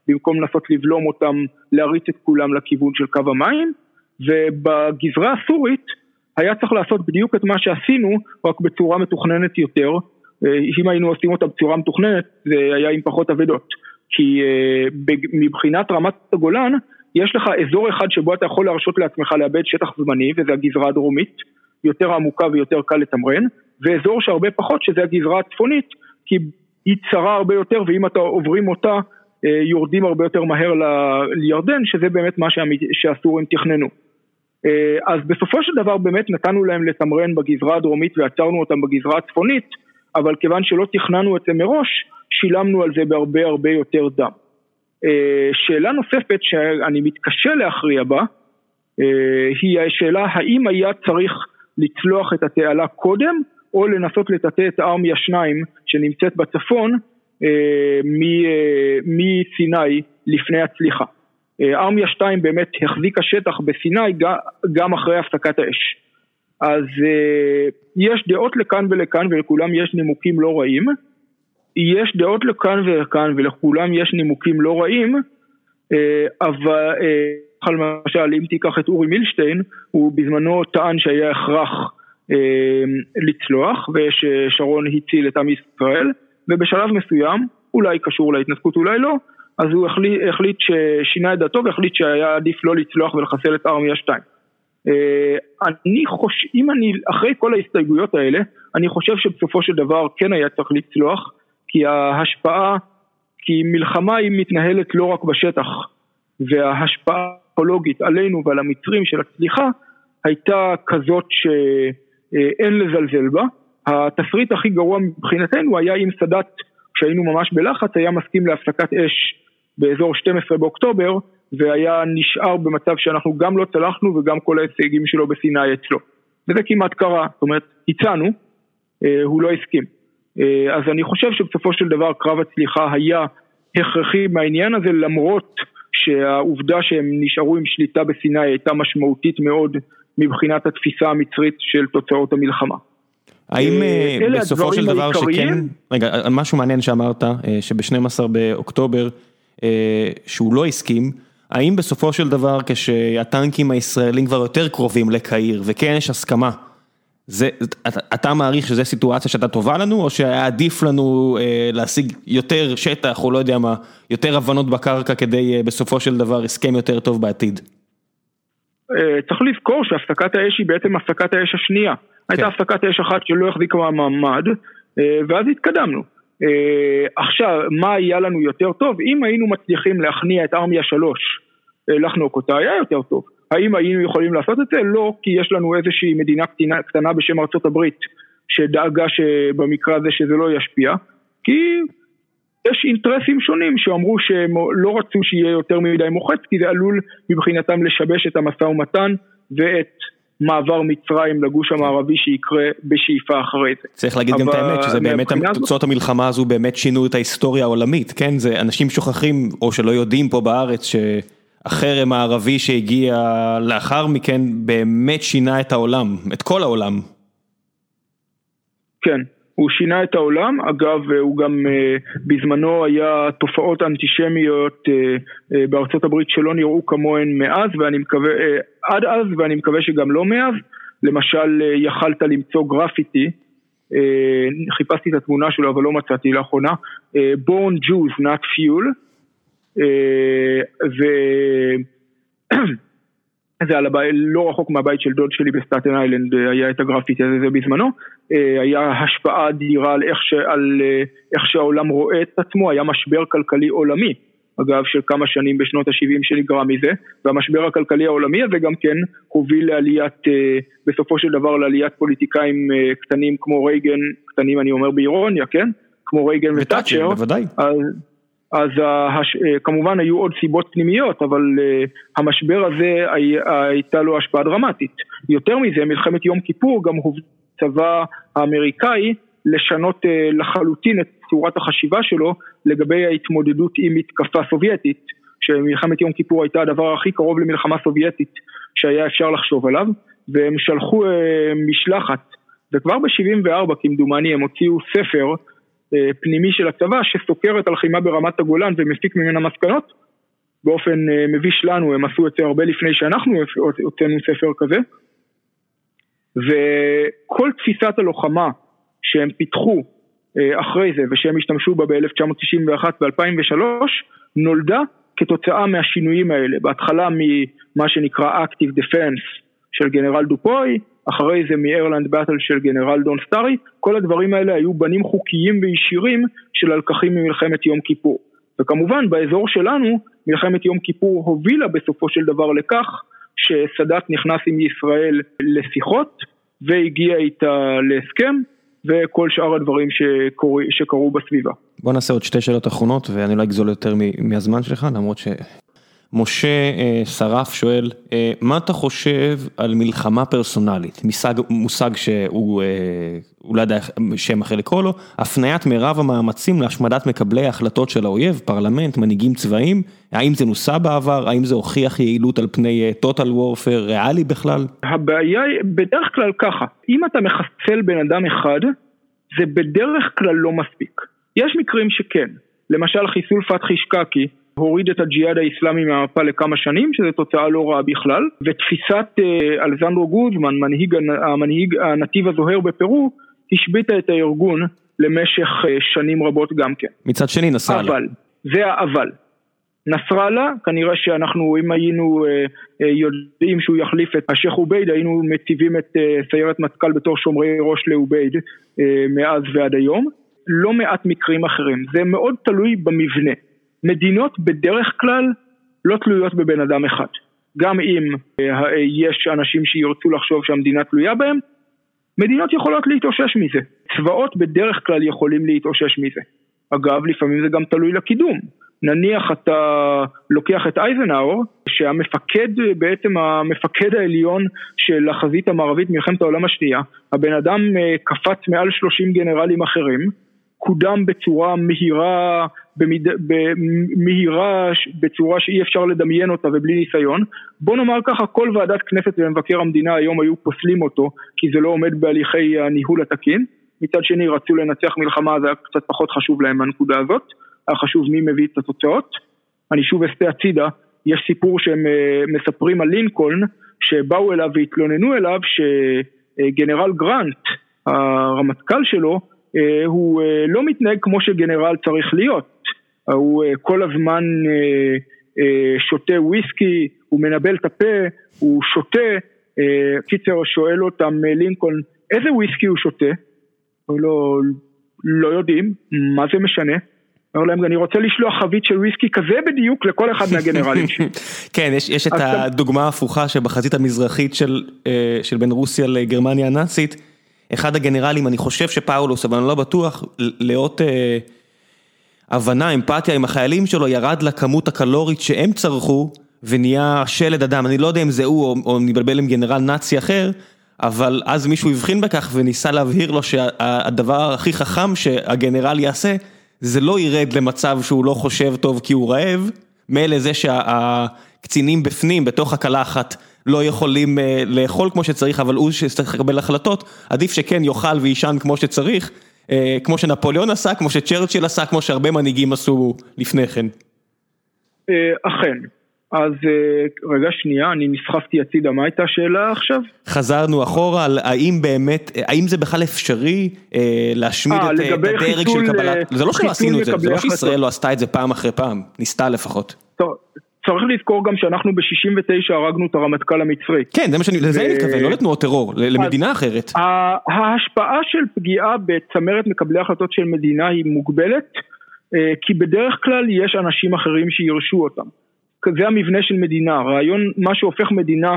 במקום לנסות לבלום אותם, להריץ את כולם לכיוון של קו המים, ובגזרה הסורית היה צריך לעשות בדיוק את מה שעשינו, רק בצורה מתוכננת יותר. אם היינו עושים אותה בצורה מתוכננת, זה היה עם פחות עבדות. כי מבחינת רמת הגולן, יש לך אזור אחד שבו אתה יכול להרשות לעצמך לאבד שטח זמני, וזה הגזרה הדרומית, יותר עמוקה ויותר קל לתמרן, ואזור שהרבה פחות, שזה הגזרה הצפונית, כי היא צרה הרבה יותר, ואם אתה עוברים אותה, יורדים הרבה יותר מהר לירדן, שזה באמת מה שהסורים תכננו. אז בסופו של דבר באמת נתנו להם לתמרן בגזרה הדרומית, ועצרנו אותם בגזרה הצפונית, אבל כיוון שלא תכננו את זה מראש, שילמנו על זה בהרבה הרבה יותר דם. שאלה נוספת שאני מתקשה להכריע בה, היא השאלה האם היה צריך לצלוח את התעלה קודם, או לנסות לטאטא את ארמיה 2 שנמצאת בצפון מסיני לפני הצליחה. ארמיה 2 באמת החזיקה שטח בסיני גם אחרי הפסקת האש. אז יש דעות לכאן ולכאן ולכולם יש נימוקים לא רעים, יש דעות לכאן ולכאן ולכולם יש נימוקים לא רעים, אבל למשל אם תיקח את אורי מילשטיין, הוא בזמנו טען שהיה הכרח לצלוח וששרון הציל את עם ישראל, ובשלב מסוים, אולי קשור להתנתקות אולי לא, אז הוא החליט ששינה את דעתו והחליט שהיה עדיף לא לצלוח ולחסל את ארמיה 2. אחרי כל ההסתייגויות האלה, אני חושב שבסופו של דבר כן היה צריך לצלוח, כי מלחמה היא מתנהלת לא רק בשטח, וההשפעה הפוליטית עלינו ועל המצרים של הצליחה, הייתה כזאת שאין לזלזל בה. התסריט הכי גרוע מבחינתנו היה אם סאדאת, כשהיינו ממש בלחץ, היה מסכים להפסקת אש באזור 12 באוקטובר, והיה נשאר במצב שאנחנו גם לא צלחנו וגם כל ההישגים שלו בסיני אצלו. וזה כמעט קרה, זאת אומרת, הצענו, הוא לא הסכים. אז אני חושב שבסופו של דבר קרב הצליחה היה הכרחי מהעניין הזה, למרות שהעובדה שהם נשארו עם שליטה בסיני הייתה משמעותית מאוד מבחינת התפיסה המצרית של תוצאות המלחמה. האם בסופו של דבר שכן, רגע, משהו מעניין שאמרת, שב-12 באוקטובר, שהוא לא הסכים, האם בסופו של דבר כשהטנקים הישראלים כבר יותר קרובים לקהיר, וכן יש הסכמה, אתה מעריך שזו סיטואציה שאתה טובה לנו, או שהיה עדיף לנו להשיג יותר שטח, או לא יודע מה, יותר הבנות בקרקע, כדי בסופו של דבר הסכם יותר טוב בעתיד? צריך לזכור שהפסקת האש היא בעצם הפסקת האש השנייה. הייתה הפסקת האש אחת שלא החזיקה מעמד, ואז התקדמנו. עכשיו, מה היה לנו יותר טוב? אם היינו מצליחים להכניע את ארמיה 3, לחנוק אותה, היה יותר טוב. האם היינו יכולים לעשות את זה? לא, כי יש לנו איזושהי מדינה קטנה בשם ארצות הברית, שדאגה שבמקרה הזה שזה לא ישפיע, כי יש אינטרסים שונים שאמרו שהם לא רצו שיהיה יותר מדי מוחץ, כי זה עלול מבחינתם לשבש את המשא ומתן ואת מעבר מצרים לגוש המערבי שיקרה בשאיפה אחרי זה. צריך להגיד גם את האמת, שזה באמת תוצאות המלחמה הזו באמת שינו את ההיסטוריה העולמית, כן? זה אנשים שוכחים או שלא יודעים פה בארץ שהחרם הערבי שהגיע לאחר מכן באמת שינה את העולם, את כל העולם. כן. הוא שינה את העולם, אגב הוא גם בזמנו היה תופעות אנטישמיות בארצות הברית שלא נראו כמוהן מאז, עד אז ואני מקווה שגם לא מאז. למשל יכלת למצוא גרפיטי, חיפשתי את התמונה שלו אבל לא מצאתי לאחרונה, Born Jews not Fuel, זה על הבית, לא רחוק מהבית של דוד שלי בסטאטן איילנד היה את הגרפיטי הזה בזמנו, היה השפעה אדירה על איך שהעולם רואה את עצמו, היה משבר כלכלי עולמי, אגב של כמה שנים בשנות ה-70 שנגרם מזה, והמשבר הכלכלי העולמי הזה גם כן הוביל לעליית, בסופו של דבר לעליית פוליטיקאים קטנים כמו רייגן, קטנים אני אומר באירוניה, כן? כמו רייגן וטאצ'ר, בוודאי. אז כמובן היו עוד סיבות פנימיות, אבל המשבר הזה הייתה לו השפעה דרמטית. יותר מזה, מלחמת יום כיפור גם הוביל הצבא האמריקאי לשנות לחלוטין את צורת החשיבה שלו לגבי ההתמודדות עם מתקפה סובייטית, שמלחמת יום כיפור הייתה הדבר הכי קרוב למלחמה סובייטית שהיה אפשר לחשוב עליו, והם שלחו משלחת, וכבר ב-74 כמדומני הם הוציאו ספר פנימי של הצבא שסוקר את הלחימה ברמת הגולן ומפיק ממנה מסקנות. באופן מביש לנו, הם עשו את זה הרבה לפני שאנחנו הוצאנו ספר כזה. וכל תפיסת הלוחמה שהם פיתחו אחרי זה ושהם השתמשו בה ב-1991 ב-2003 נולדה כתוצאה מהשינויים האלה. בהתחלה ממה שנקרא Active Defense של גנרל דופוי, אחרי זה מאירלנד באטל של גנרל דון סטארי. כל הדברים האלה היו בנים חוקיים וישירים של הלקחים ממלחמת יום כיפור. וכמובן באזור שלנו מלחמת יום כיפור הובילה בסופו של דבר לכך שסאדאת נכנס עם ישראל לשיחות והגיע איתה להסכם וכל שאר הדברים שקרו בסביבה. בוא נעשה עוד שתי שאלות אחרונות ואני לא אגזול יותר מהזמן שלך, למרות שמשה שרף שואל, מה אתה חושב על מלחמה פרסונלית? מושג שהוא אולי יודע שם אחר לקרוא לו, הפניית מירב המאמצים להשמדת מקבלי ההחלטות של האויב, פרלמנט, מנהיגים צבאיים, האם זה נוסה בעבר, האם זה הוכיח יעילות על פני total warfare ריאלי בכלל? הבעיה היא בדרך כלל ככה, אם אתה מחסל בן אדם אחד, זה בדרך כלל לא מספיק. יש מקרים שכן, למשל חיסול פתחי שקקי, הוריד את הג'יהאד האסלאמי מהמפה לכמה שנים, שזו תוצאה לא רעה בכלל, ותפיסת אלזנדרו גוזמן, המנהיג הנתיב הזוהר בפרו, השביטה את הארגון למשך שנים רבות גם כן. מצד שני נסראללה. אבל, זה האבל. נסראללה, כנראה שאנחנו, אם היינו יודעים שהוא יחליף את השייח עובייד, היינו מציבים את סיירת מטכ"ל בתור שומרי ראש לעובייד מאז ועד היום. לא מעט מקרים אחרים. זה מאוד תלוי במבנה. מדינות בדרך כלל לא תלויות בבן אדם אחד. גם אם יש אנשים שירצו לחשוב שהמדינה תלויה בהם, מדינות יכולות להתאושש מזה. צבאות בדרך כלל יכולים להתאושש מזה. אגב, לפעמים זה גם תלוי לקידום. נניח אתה לוקח את אייזנהאואר, שהמפקד, בעצם המפקד העליון של החזית המערבית מלחמת העולם השנייה, הבן אדם קפץ מעל 30 גנרלים אחרים, קודם בצורה מהירה בצורה שאי אפשר לדמיין אותה ובלי ניסיון. בוא נאמר ככה, כל ועדת כנסת ומבקר המדינה היום היו פוסלים אותו, כי זה לא עומד בהליכי הניהול התקין. מצד שני רצו לנצח מלחמה, זה היה קצת פחות חשוב להם מהנקודה הזאת, היה חשוב מי מביא את התוצאות. אני שוב אסתה הצידה, יש סיפור שהם מספרים על לינקולן, שבאו אליו והתלוננו אליו שגנרל גרנט, הרמטכ"ל שלו, הוא לא מתנהג כמו שגנרל צריך להיות. הוא כל הזמן שותה וויסקי, הוא מנבל את הפה, הוא שותה. קיצר שואל אותם לינקולן, איזה וויסקי הוא שותה? לא יודעים, מה זה משנה? אומר להם, אני רוצה לשלוח חבית של וויסקי כזה בדיוק לכל אחד מהגנרלים שלי. כן, יש את הדוגמה ההפוכה שבחזית המזרחית של בין רוסיה לגרמניה הנאצית, אחד הגנרלים, אני חושב שפאולוס, אבל אני לא בטוח, לאות הבנה, אמפתיה עם החיילים שלו, ירד לכמות הקלורית שהם צרכו, ונהיה שלד אדם, אני לא יודע אם זה הוא, או נבלבל עם גנרל נאצי אחר, אבל אז מישהו הבחין בכך, וניסה להבהיר לו שהדבר הכי חכם שהגנרל יעשה, זה לא ירד למצב שהוא לא חושב טוב כי הוא רעב, מאלה זה שהקצינים בפנים, בתוך הקלחת, לא יכולים לאכול כמו שצריך, אבל הוא שצריך לקבל החלטות, עדיף שכן יאכל וישן כמו שצריך, כמו שנפוליאון עשה, כמו שצ'רצ'יל עשה, כמו שהרבה מנהיגים עשו לפני כן. אכן. אז רגע שנייה, אני נסחפתי הצידה, מה הייתה השאלה עכשיו? חזרנו אחורה על האם באמת, האם זה בכלל אפשרי להשמיד את הדרג של קבלת, זה לא שלא עשינו את זה, זה לא שישראל לא עשתה את זה פעם אחרי פעם, ניסתה לפחות. טוב. צריך לזכור גם שאנחנו ב-69 הרגנו את הרמטכ"ל המצרי. כן, זה מה שאני, לזה אני מתכוון, לא לתנועות טרור, למדינה אחרת. ההשפעה של פגיעה בצמרת מקבלי החלטות של מדינה היא מוגבלת, כי בדרך כלל יש אנשים אחרים שירשו אותם. זה המבנה של מדינה, רעיון, מה שהופך מדינה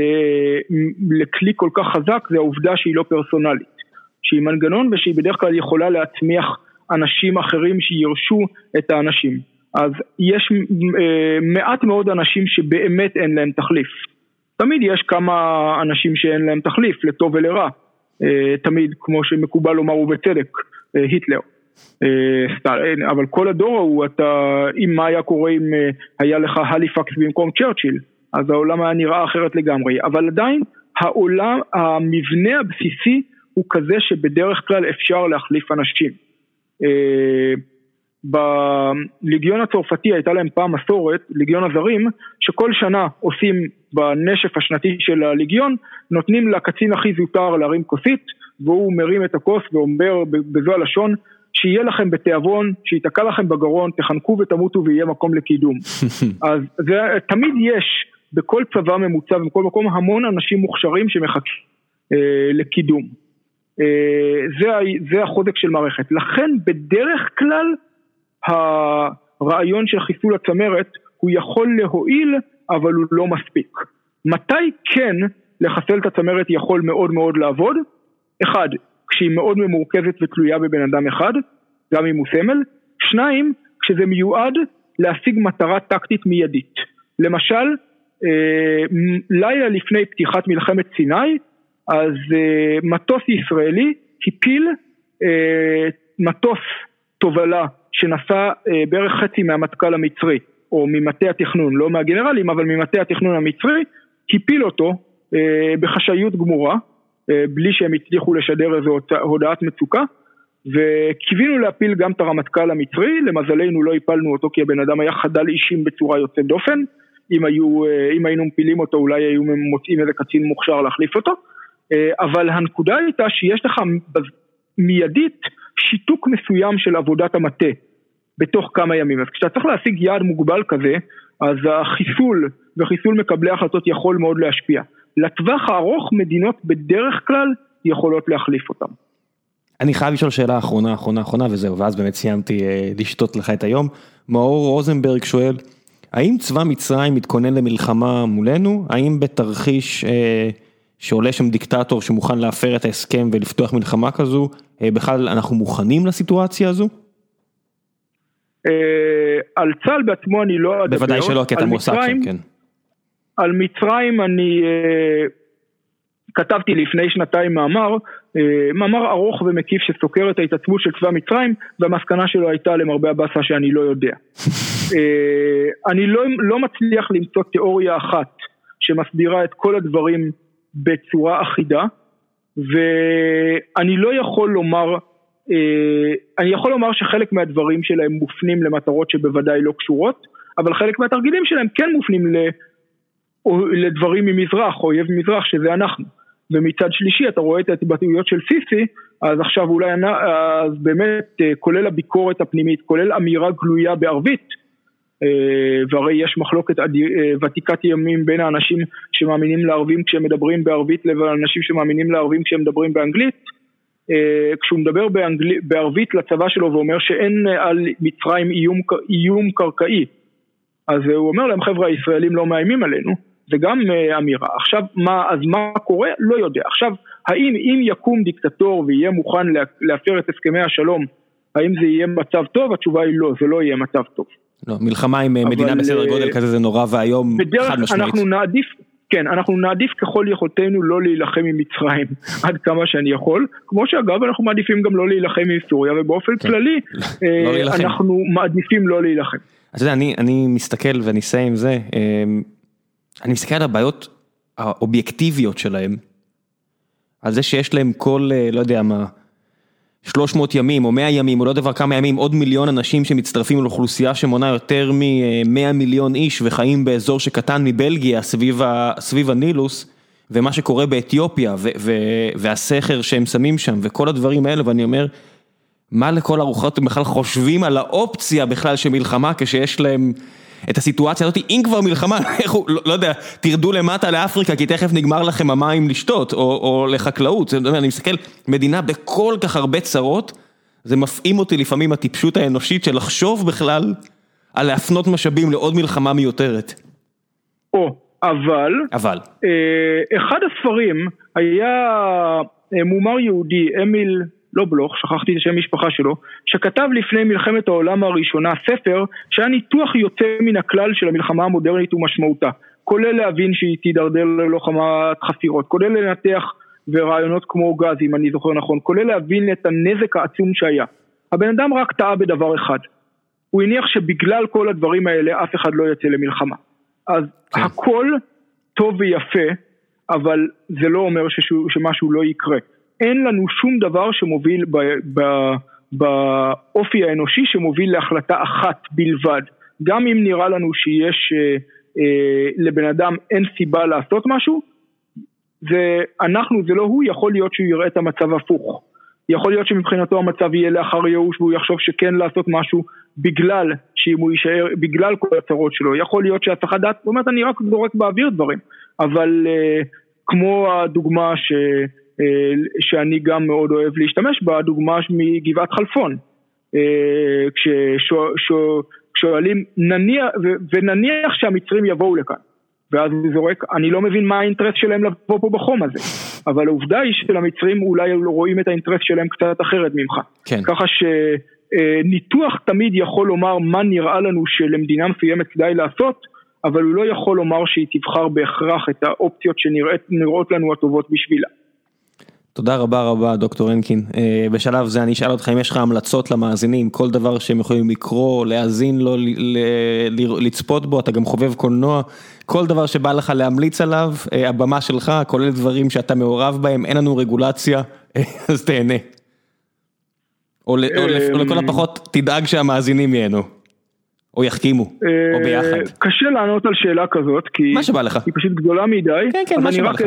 לכלי כל כך חזק, זה העובדה שהיא לא פרסונלית. שהיא מנגנון ושהיא בדרך כלל יכולה להצמיח אנשים אחרים שירשו את האנשים. אז יש מעט מאוד אנשים שבאמת אין להם תחליף. תמיד יש כמה אנשים שאין להם תחליף, לטוב ולרע. תמיד, כמו שמקובל לומר ובצדק, היטלר. אבל כל הדור הוא, אם מה היה קורה אם היה לך הליפקס במקום צ'רצ'יל, אז העולם היה נראה אחרת לגמרי. אבל עדיין, המבנה הבסיסי הוא כזה שבדרך כלל אפשר להחליף אנשים. בליגיון הצרפתי הייתה להם פעם מסורת, ליגיון הזרים, שכל שנה עושים בנשף השנתי של הליגיון, נותנים לקצין הכי זוטר להרים כוסית, והוא מרים את הכוס ואומר בזו הלשון, שיהיה לכם בתיאבון, שיתקע לכם בגרון, תחנקו ותמותו ויהיה מקום לקידום. אז תמיד יש בכל צבא ממוצע ובכל מקום המון אנשים מוכשרים שמחכים לקידום. זה החוזק של מערכת. לכן בדרך כלל הרעיון של חיסול הצמרת הוא יכול להועיל, אבל הוא לא מספיק. מתי כן לחסל את הצמרת יכול מאוד מאוד לעבוד? אחד, כשהיא מאוד ממורכזת ותלויה בבן אדם אחד, גם אם הוא סמל. שניים, כשזה מיועד להשיג מטרה טקטית מיידית. למשל, לילה לפני פתיחת מלחמת סיני, אז מטוס ישראלי הפיל מטוס תובלה שנסע בערך חצי מהמטכ"ל המצרי, או ממטה התכנון, לא מהגנרלים, אבל ממטה התכנון המצרי, הפיל אותו בחשאיות גמורה, בלי שהם הצליחו לשדר איזו הודעת מצוקה, וקיווינו להפיל גם את הרמטכ"ל המצרי, למזלנו לא הפלנו אותו כי הבן אדם היה חדל אישים בצורה יוצאת דופן, אם היינו מפילים אותו אולי היו מוצאים איזה קצין מוכשר להחליף אותו, אבל הנקודה הייתה שיש לך מיידית שיתוק מסוים של עבודת המטה בתוך כמה ימים. אז כשאתה צריך להשיג יעד מוגבל כזה, אז החיסול וחיסול מקבלי החלטות יכול מאוד להשפיע. לטווח הארוך מדינות בדרך כלל יכולות להחליף אותם. אני חייב לשאול שאלה אחרונה וזהו, ואז באמת סיימתי לשתות לך את היום. מאור רוזנברג שואל, האם צבא מצרים מתכונן למלחמה מולנו? האם בתרחיש שעולה שם דיקטטור שמוכן להפר את ההסכם ולפתוח מלחמה כזו, בכלל אנחנו מוכנים לסיטואציה הזו? על צה"ל בעצמו אני לא אדבר. בוודאי שלא, כי אתה מועסק שם, כן. על מצרים אני כתבתי לפני שנתיים מאמר ארוך ומקיף שסוקר את ההתעצמות של צבא מצרים, והמסקנה שלו הייתה למרבה הבאסה שאני לא יודע. אני לא מצליח למצוא תיאוריה אחת שמסבירה את כל הדברים בצורה אחידה, ואני לא יכול לומר, אני יכול לומר שחלק מהדברים שלהם מופנים למטרות שבוודאי לא קשורות, אבל חלק מהתרגילים שלהם כן מופנים לדברים ממזרח, או אויב ממזרח, שזה אנחנו. ומצד שלישי אתה רואה את ההתבטאויות של סיסי, אז עכשיו אולי אז באמת כולל הביקורת הפנימית, כולל אמירה גלויה בערבית, והרי יש מחלוקת ותיקת ימים בין האנשים שמאמינים לערבים כשהם מדברים בערבית לבין האנשים שמאמינים לערבים כשהם מדברים באנגלית. כשהוא מדבר בערבית לצבא שלו ואומר שאין על מצרים איום קרקעי, אז הוא אומר להם חבר'ה הישראלים לא מאיימים עלינו, זה גם אמירה. עכשיו אז מה קורה? לא יודע. עכשיו האם אם יקום דיקטטור ויהיה מוכן להפר את הסכמי השלום, האם זה יהיה מצב טוב? התשובה היא לא, זה לא יהיה מצב טוב. לא, מלחמה עם מדינה בסדר גודל כזה זה נורא והיום חד משמעית. אנחנו נעדיף ככל יכולתנו לא להילחם עם מצרים עד כמה שאני יכול, כמו שאגב אנחנו מעדיפים גם לא להילחם עם סוריה, ובאופן כללי אנחנו מעדיפים לא להילחם. אז אתה יודע, אני מסתכל ואני אסיים עם זה, אני מסתכל על הבעיות האובייקטיביות שלהם, על זה שיש להם כל, לא יודע מה, 300 ימים או 100 ימים או לא דבר כמה ימים, עוד מיליון אנשים שמצטרפים לאוכלוסייה שמונה יותר מ100 מיליון איש וחיים באזור שקטן מבלגיה סביב הנילוס, ומה שקורה באתיופיה והסכר שהם שמים שם וכל הדברים האלה, ואני אומר, מה לכל הרוחות הם בכלל חושבים על האופציה בכלל של מלחמה כשיש להם את הסיטואציה הזאת, אם כבר מלחמה, לא יודע, תרדו למטה לאפריקה, כי תכף נגמר לכם המים לשתות, או לחקלאות. אני מסתכל, מדינה בכל כך הרבה צרות, זה מפעים אותי לפעמים הטיפשות האנושית של לחשוב בכלל על להפנות משאבים לעוד מלחמה מיותרת. אבל, אחד הספרים היה מומר יהודי, אמיל, לא בלוך, שכחתי את השם משפחה שלו, שכתב לפני מלחמת העולם הראשונה ספר שהיה ניתוח יוצא מן הכלל של המלחמה המודרנית ומשמעותה, כולל להבין שהיא תידרדר ללוחמת חפירות, כולל לנתח ורעיונות כמו גז, אם אני זוכר נכון, כולל להבין את הנזק העצום שהיה. הבן אדם רק טעה בדבר אחד, הוא הניח שבגלל כל הדברים האלה אף אחד לא יצא למלחמה. אז הכל טוב ויפה, אבל זה לא אומר שמשהו לא יקרה. אין לנו שום דבר שמוביל האופי האנושי שמוביל להחלטה אחת בלבד. גם אם נראה לנו שיש לבן אדם אין סיבה לעשות משהו, זה לא הוא, יכול להיות שהוא יראה את המצב הפוך. יכול להיות שמבחינתו המצב יהיה לאחר ייאוש, והוא יחשוב שכן לעשות משהו בגלל שאם הוא יישאר, בגלל כל הצרות שלו. יכול להיות שהצלחת דעת, זאת אומרת, אני רק זורק באוויר דברים. אבל כמו הדוגמה שאני גם מאוד אוהב להשתמש בה, הדוגמה מגבעת חלפון. כששואלים, ונניח שהמצרים יבואו לכאן. ואז הוא זורק, אני לא מבין מה האינטרס שלהם לבוא פה בחום הזה, אבל העובדה היא שלמצרים אולי רואים את האינטרס שלהם קצת אחרת ממך. כן. ככה שניתוח תמיד יכול לומר מה נראה לנו שלמדינה מסוימת כדאי לעשות, אבל הוא לא יכול לומר שהיא תבחר בהכרח את האופציות שנראות לנו הטובות בשבילה. תודה רבה דוקטור הנקין. בשלב זה אני אשאל אותך אם יש לך המלצות למאזינים, כל דבר שהם יכולים לקרוא, להאזין לו, לצפות בו, אתה גם חובב קולנוע, כל דבר שבא לך להמליץ עליו, הבמה שלך, כולל דברים שאתה מעורב בהם, אין לנו רגולציה, אז תהנה. או לכל הפחות תדאג שהמאזינים ייהנו, או יחכימו, או ביחד. קשה לענות על שאלה כזאת, כי היא פשוט גדולה מדי, אז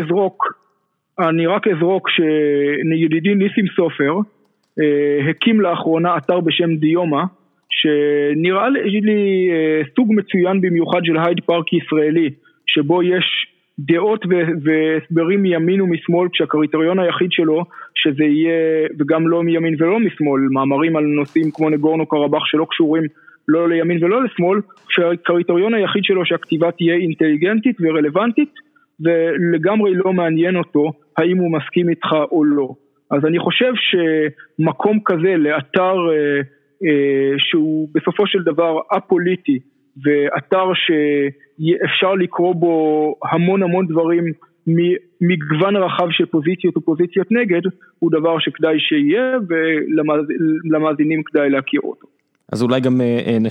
אני רק אזרוק שידידי ניסים סופר הקים לאחרונה אתר בשם דיומה, שנראה לי סוג מצוין במיוחד של הייד פארק ישראלי, שבו יש דעות והסברים מימין ומשמאל, כשהקריטריון היחיד שלו שזה יהיה, וגם לא מימין ולא משמאל, מאמרים על נושאים כמו נגורנו קרבח שלא קשורים לא לימין ולא לשמאל, כשהקריטריון היחיד שלו שהכתיבה תהיה אינטליגנטית ורלוונטית, ולגמרי לא מעניין אותו האם הוא מסכים איתך או לא. אז אני חושב שמקום כזה לאתר שהוא בסופו של דבר אפוליטי, ואתר שאפשר לקרוא בו המון דברים מגוון רחב של פוזיציות ופוזיציות נגד, הוא דבר שכדאי שיהיה, ולמאזינים כדאי להכיר אותו. אז אולי גם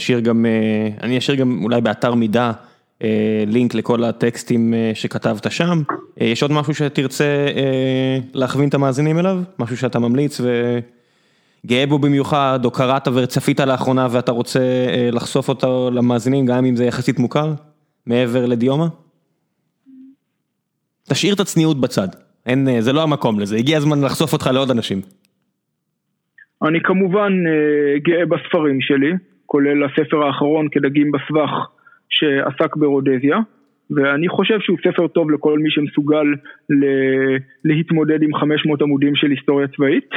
אני אשאיר גם אולי באתר מידע, לינק לכל הטקסטים שכתבת שם. יש עוד משהו שתרצה להכווין את המאזינים אליו? משהו שאתה ממליץ וגאה בו במיוחד, או קראת ורצפית לאחרונה ואתה רוצה לחשוף אותו למאזינים, גם אם זה יחסית מוכר, מעבר לדיומה? תשאיר את הצניעות בצד. זה לא המקום לזה. הגיע הזמן לחשוף אותך לעוד אנשים. אני כמובן גאה בספרים שלי, כולל הספר האחרון כדגים בסבך, שעסק ברודזיה, ואני חושב שהוא ספר טוב לכל מי שמסוגל להתמודד עם 500 עמודים של היסטוריה צבאית,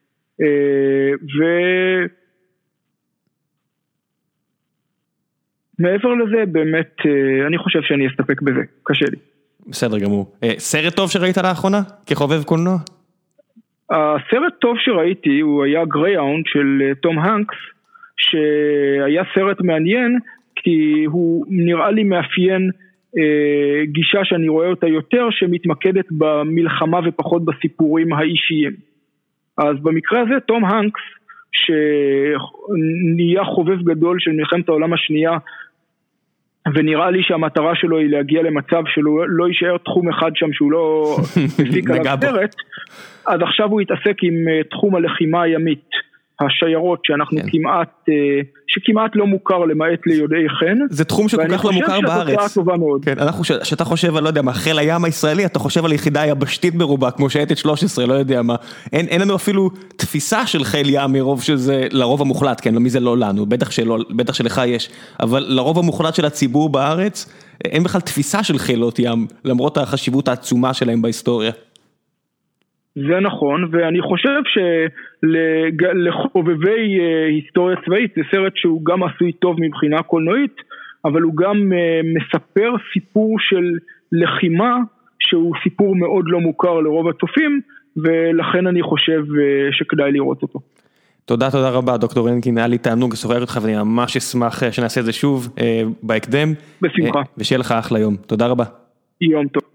ומעבר לזה באמת אני חושב שאני אסתפק בזה, קשה לי. בסדר גמור. סרט טוב שראית לאחרונה כחובב קולנוע? הסרט טוב שראיתי הוא היה גרייהאונד של תום הנקס, שהיה סרט מעניין, כי הוא נראה לי מאפיין גישה שאני רואה אותה יותר, שמתמקדת במלחמה ופחות בסיפורים האישיים. אז במקרה הזה תום הנקס, שנהיה חובב גדול של מלחמת העולם השנייה, ונראה לי שהמטרה שלו היא להגיע למצב שלו לא יישאר תחום אחד שם שהוא לא הפסיק על הסרט, אז עכשיו הוא יתעסק עם תחום הלחימה הימית, השיירות שאנחנו שכמעט לא מוכר למעט ליודעי חן. זה תחום שכל כך לא מוכר בארץ. כן, שאתה חושב, לא יודע מה, חיל הים הישראלי, אתה חושב על יחידה יבשתית ברובה, כמו שייטת 13, לא יודע מה. אין לנו אפילו תפיסה של חיל ים מרוב שזה, לרוב המוחלט, כן, מי זה לא לנו, בטח שלך יש, אבל לרוב המוחלט של הציבור בארץ, אין בכלל תפיסה של חילות ים, למרות החשיבות העצומה שלהם בהיסטוריה. זה נכון, ואני חושב שלחובבי היסטוריה צבאית זה סרט שהוא גם עשוי טוב מבחינה קולנועית, אבל הוא גם מספר סיפור של לחימה שהוא סיפור מאוד לא מוכר לרוב הצופים, ולכן אני חושב שכדאי לראות אותו. תודה רבה דוקטור הנקין, היה לי תענוג לשוחח אותך ואני ממש אשמח שנעשה את זה שוב בהקדם. בשמחה. ושיהיה לך אחלה יום. תודה רבה. יום טוב.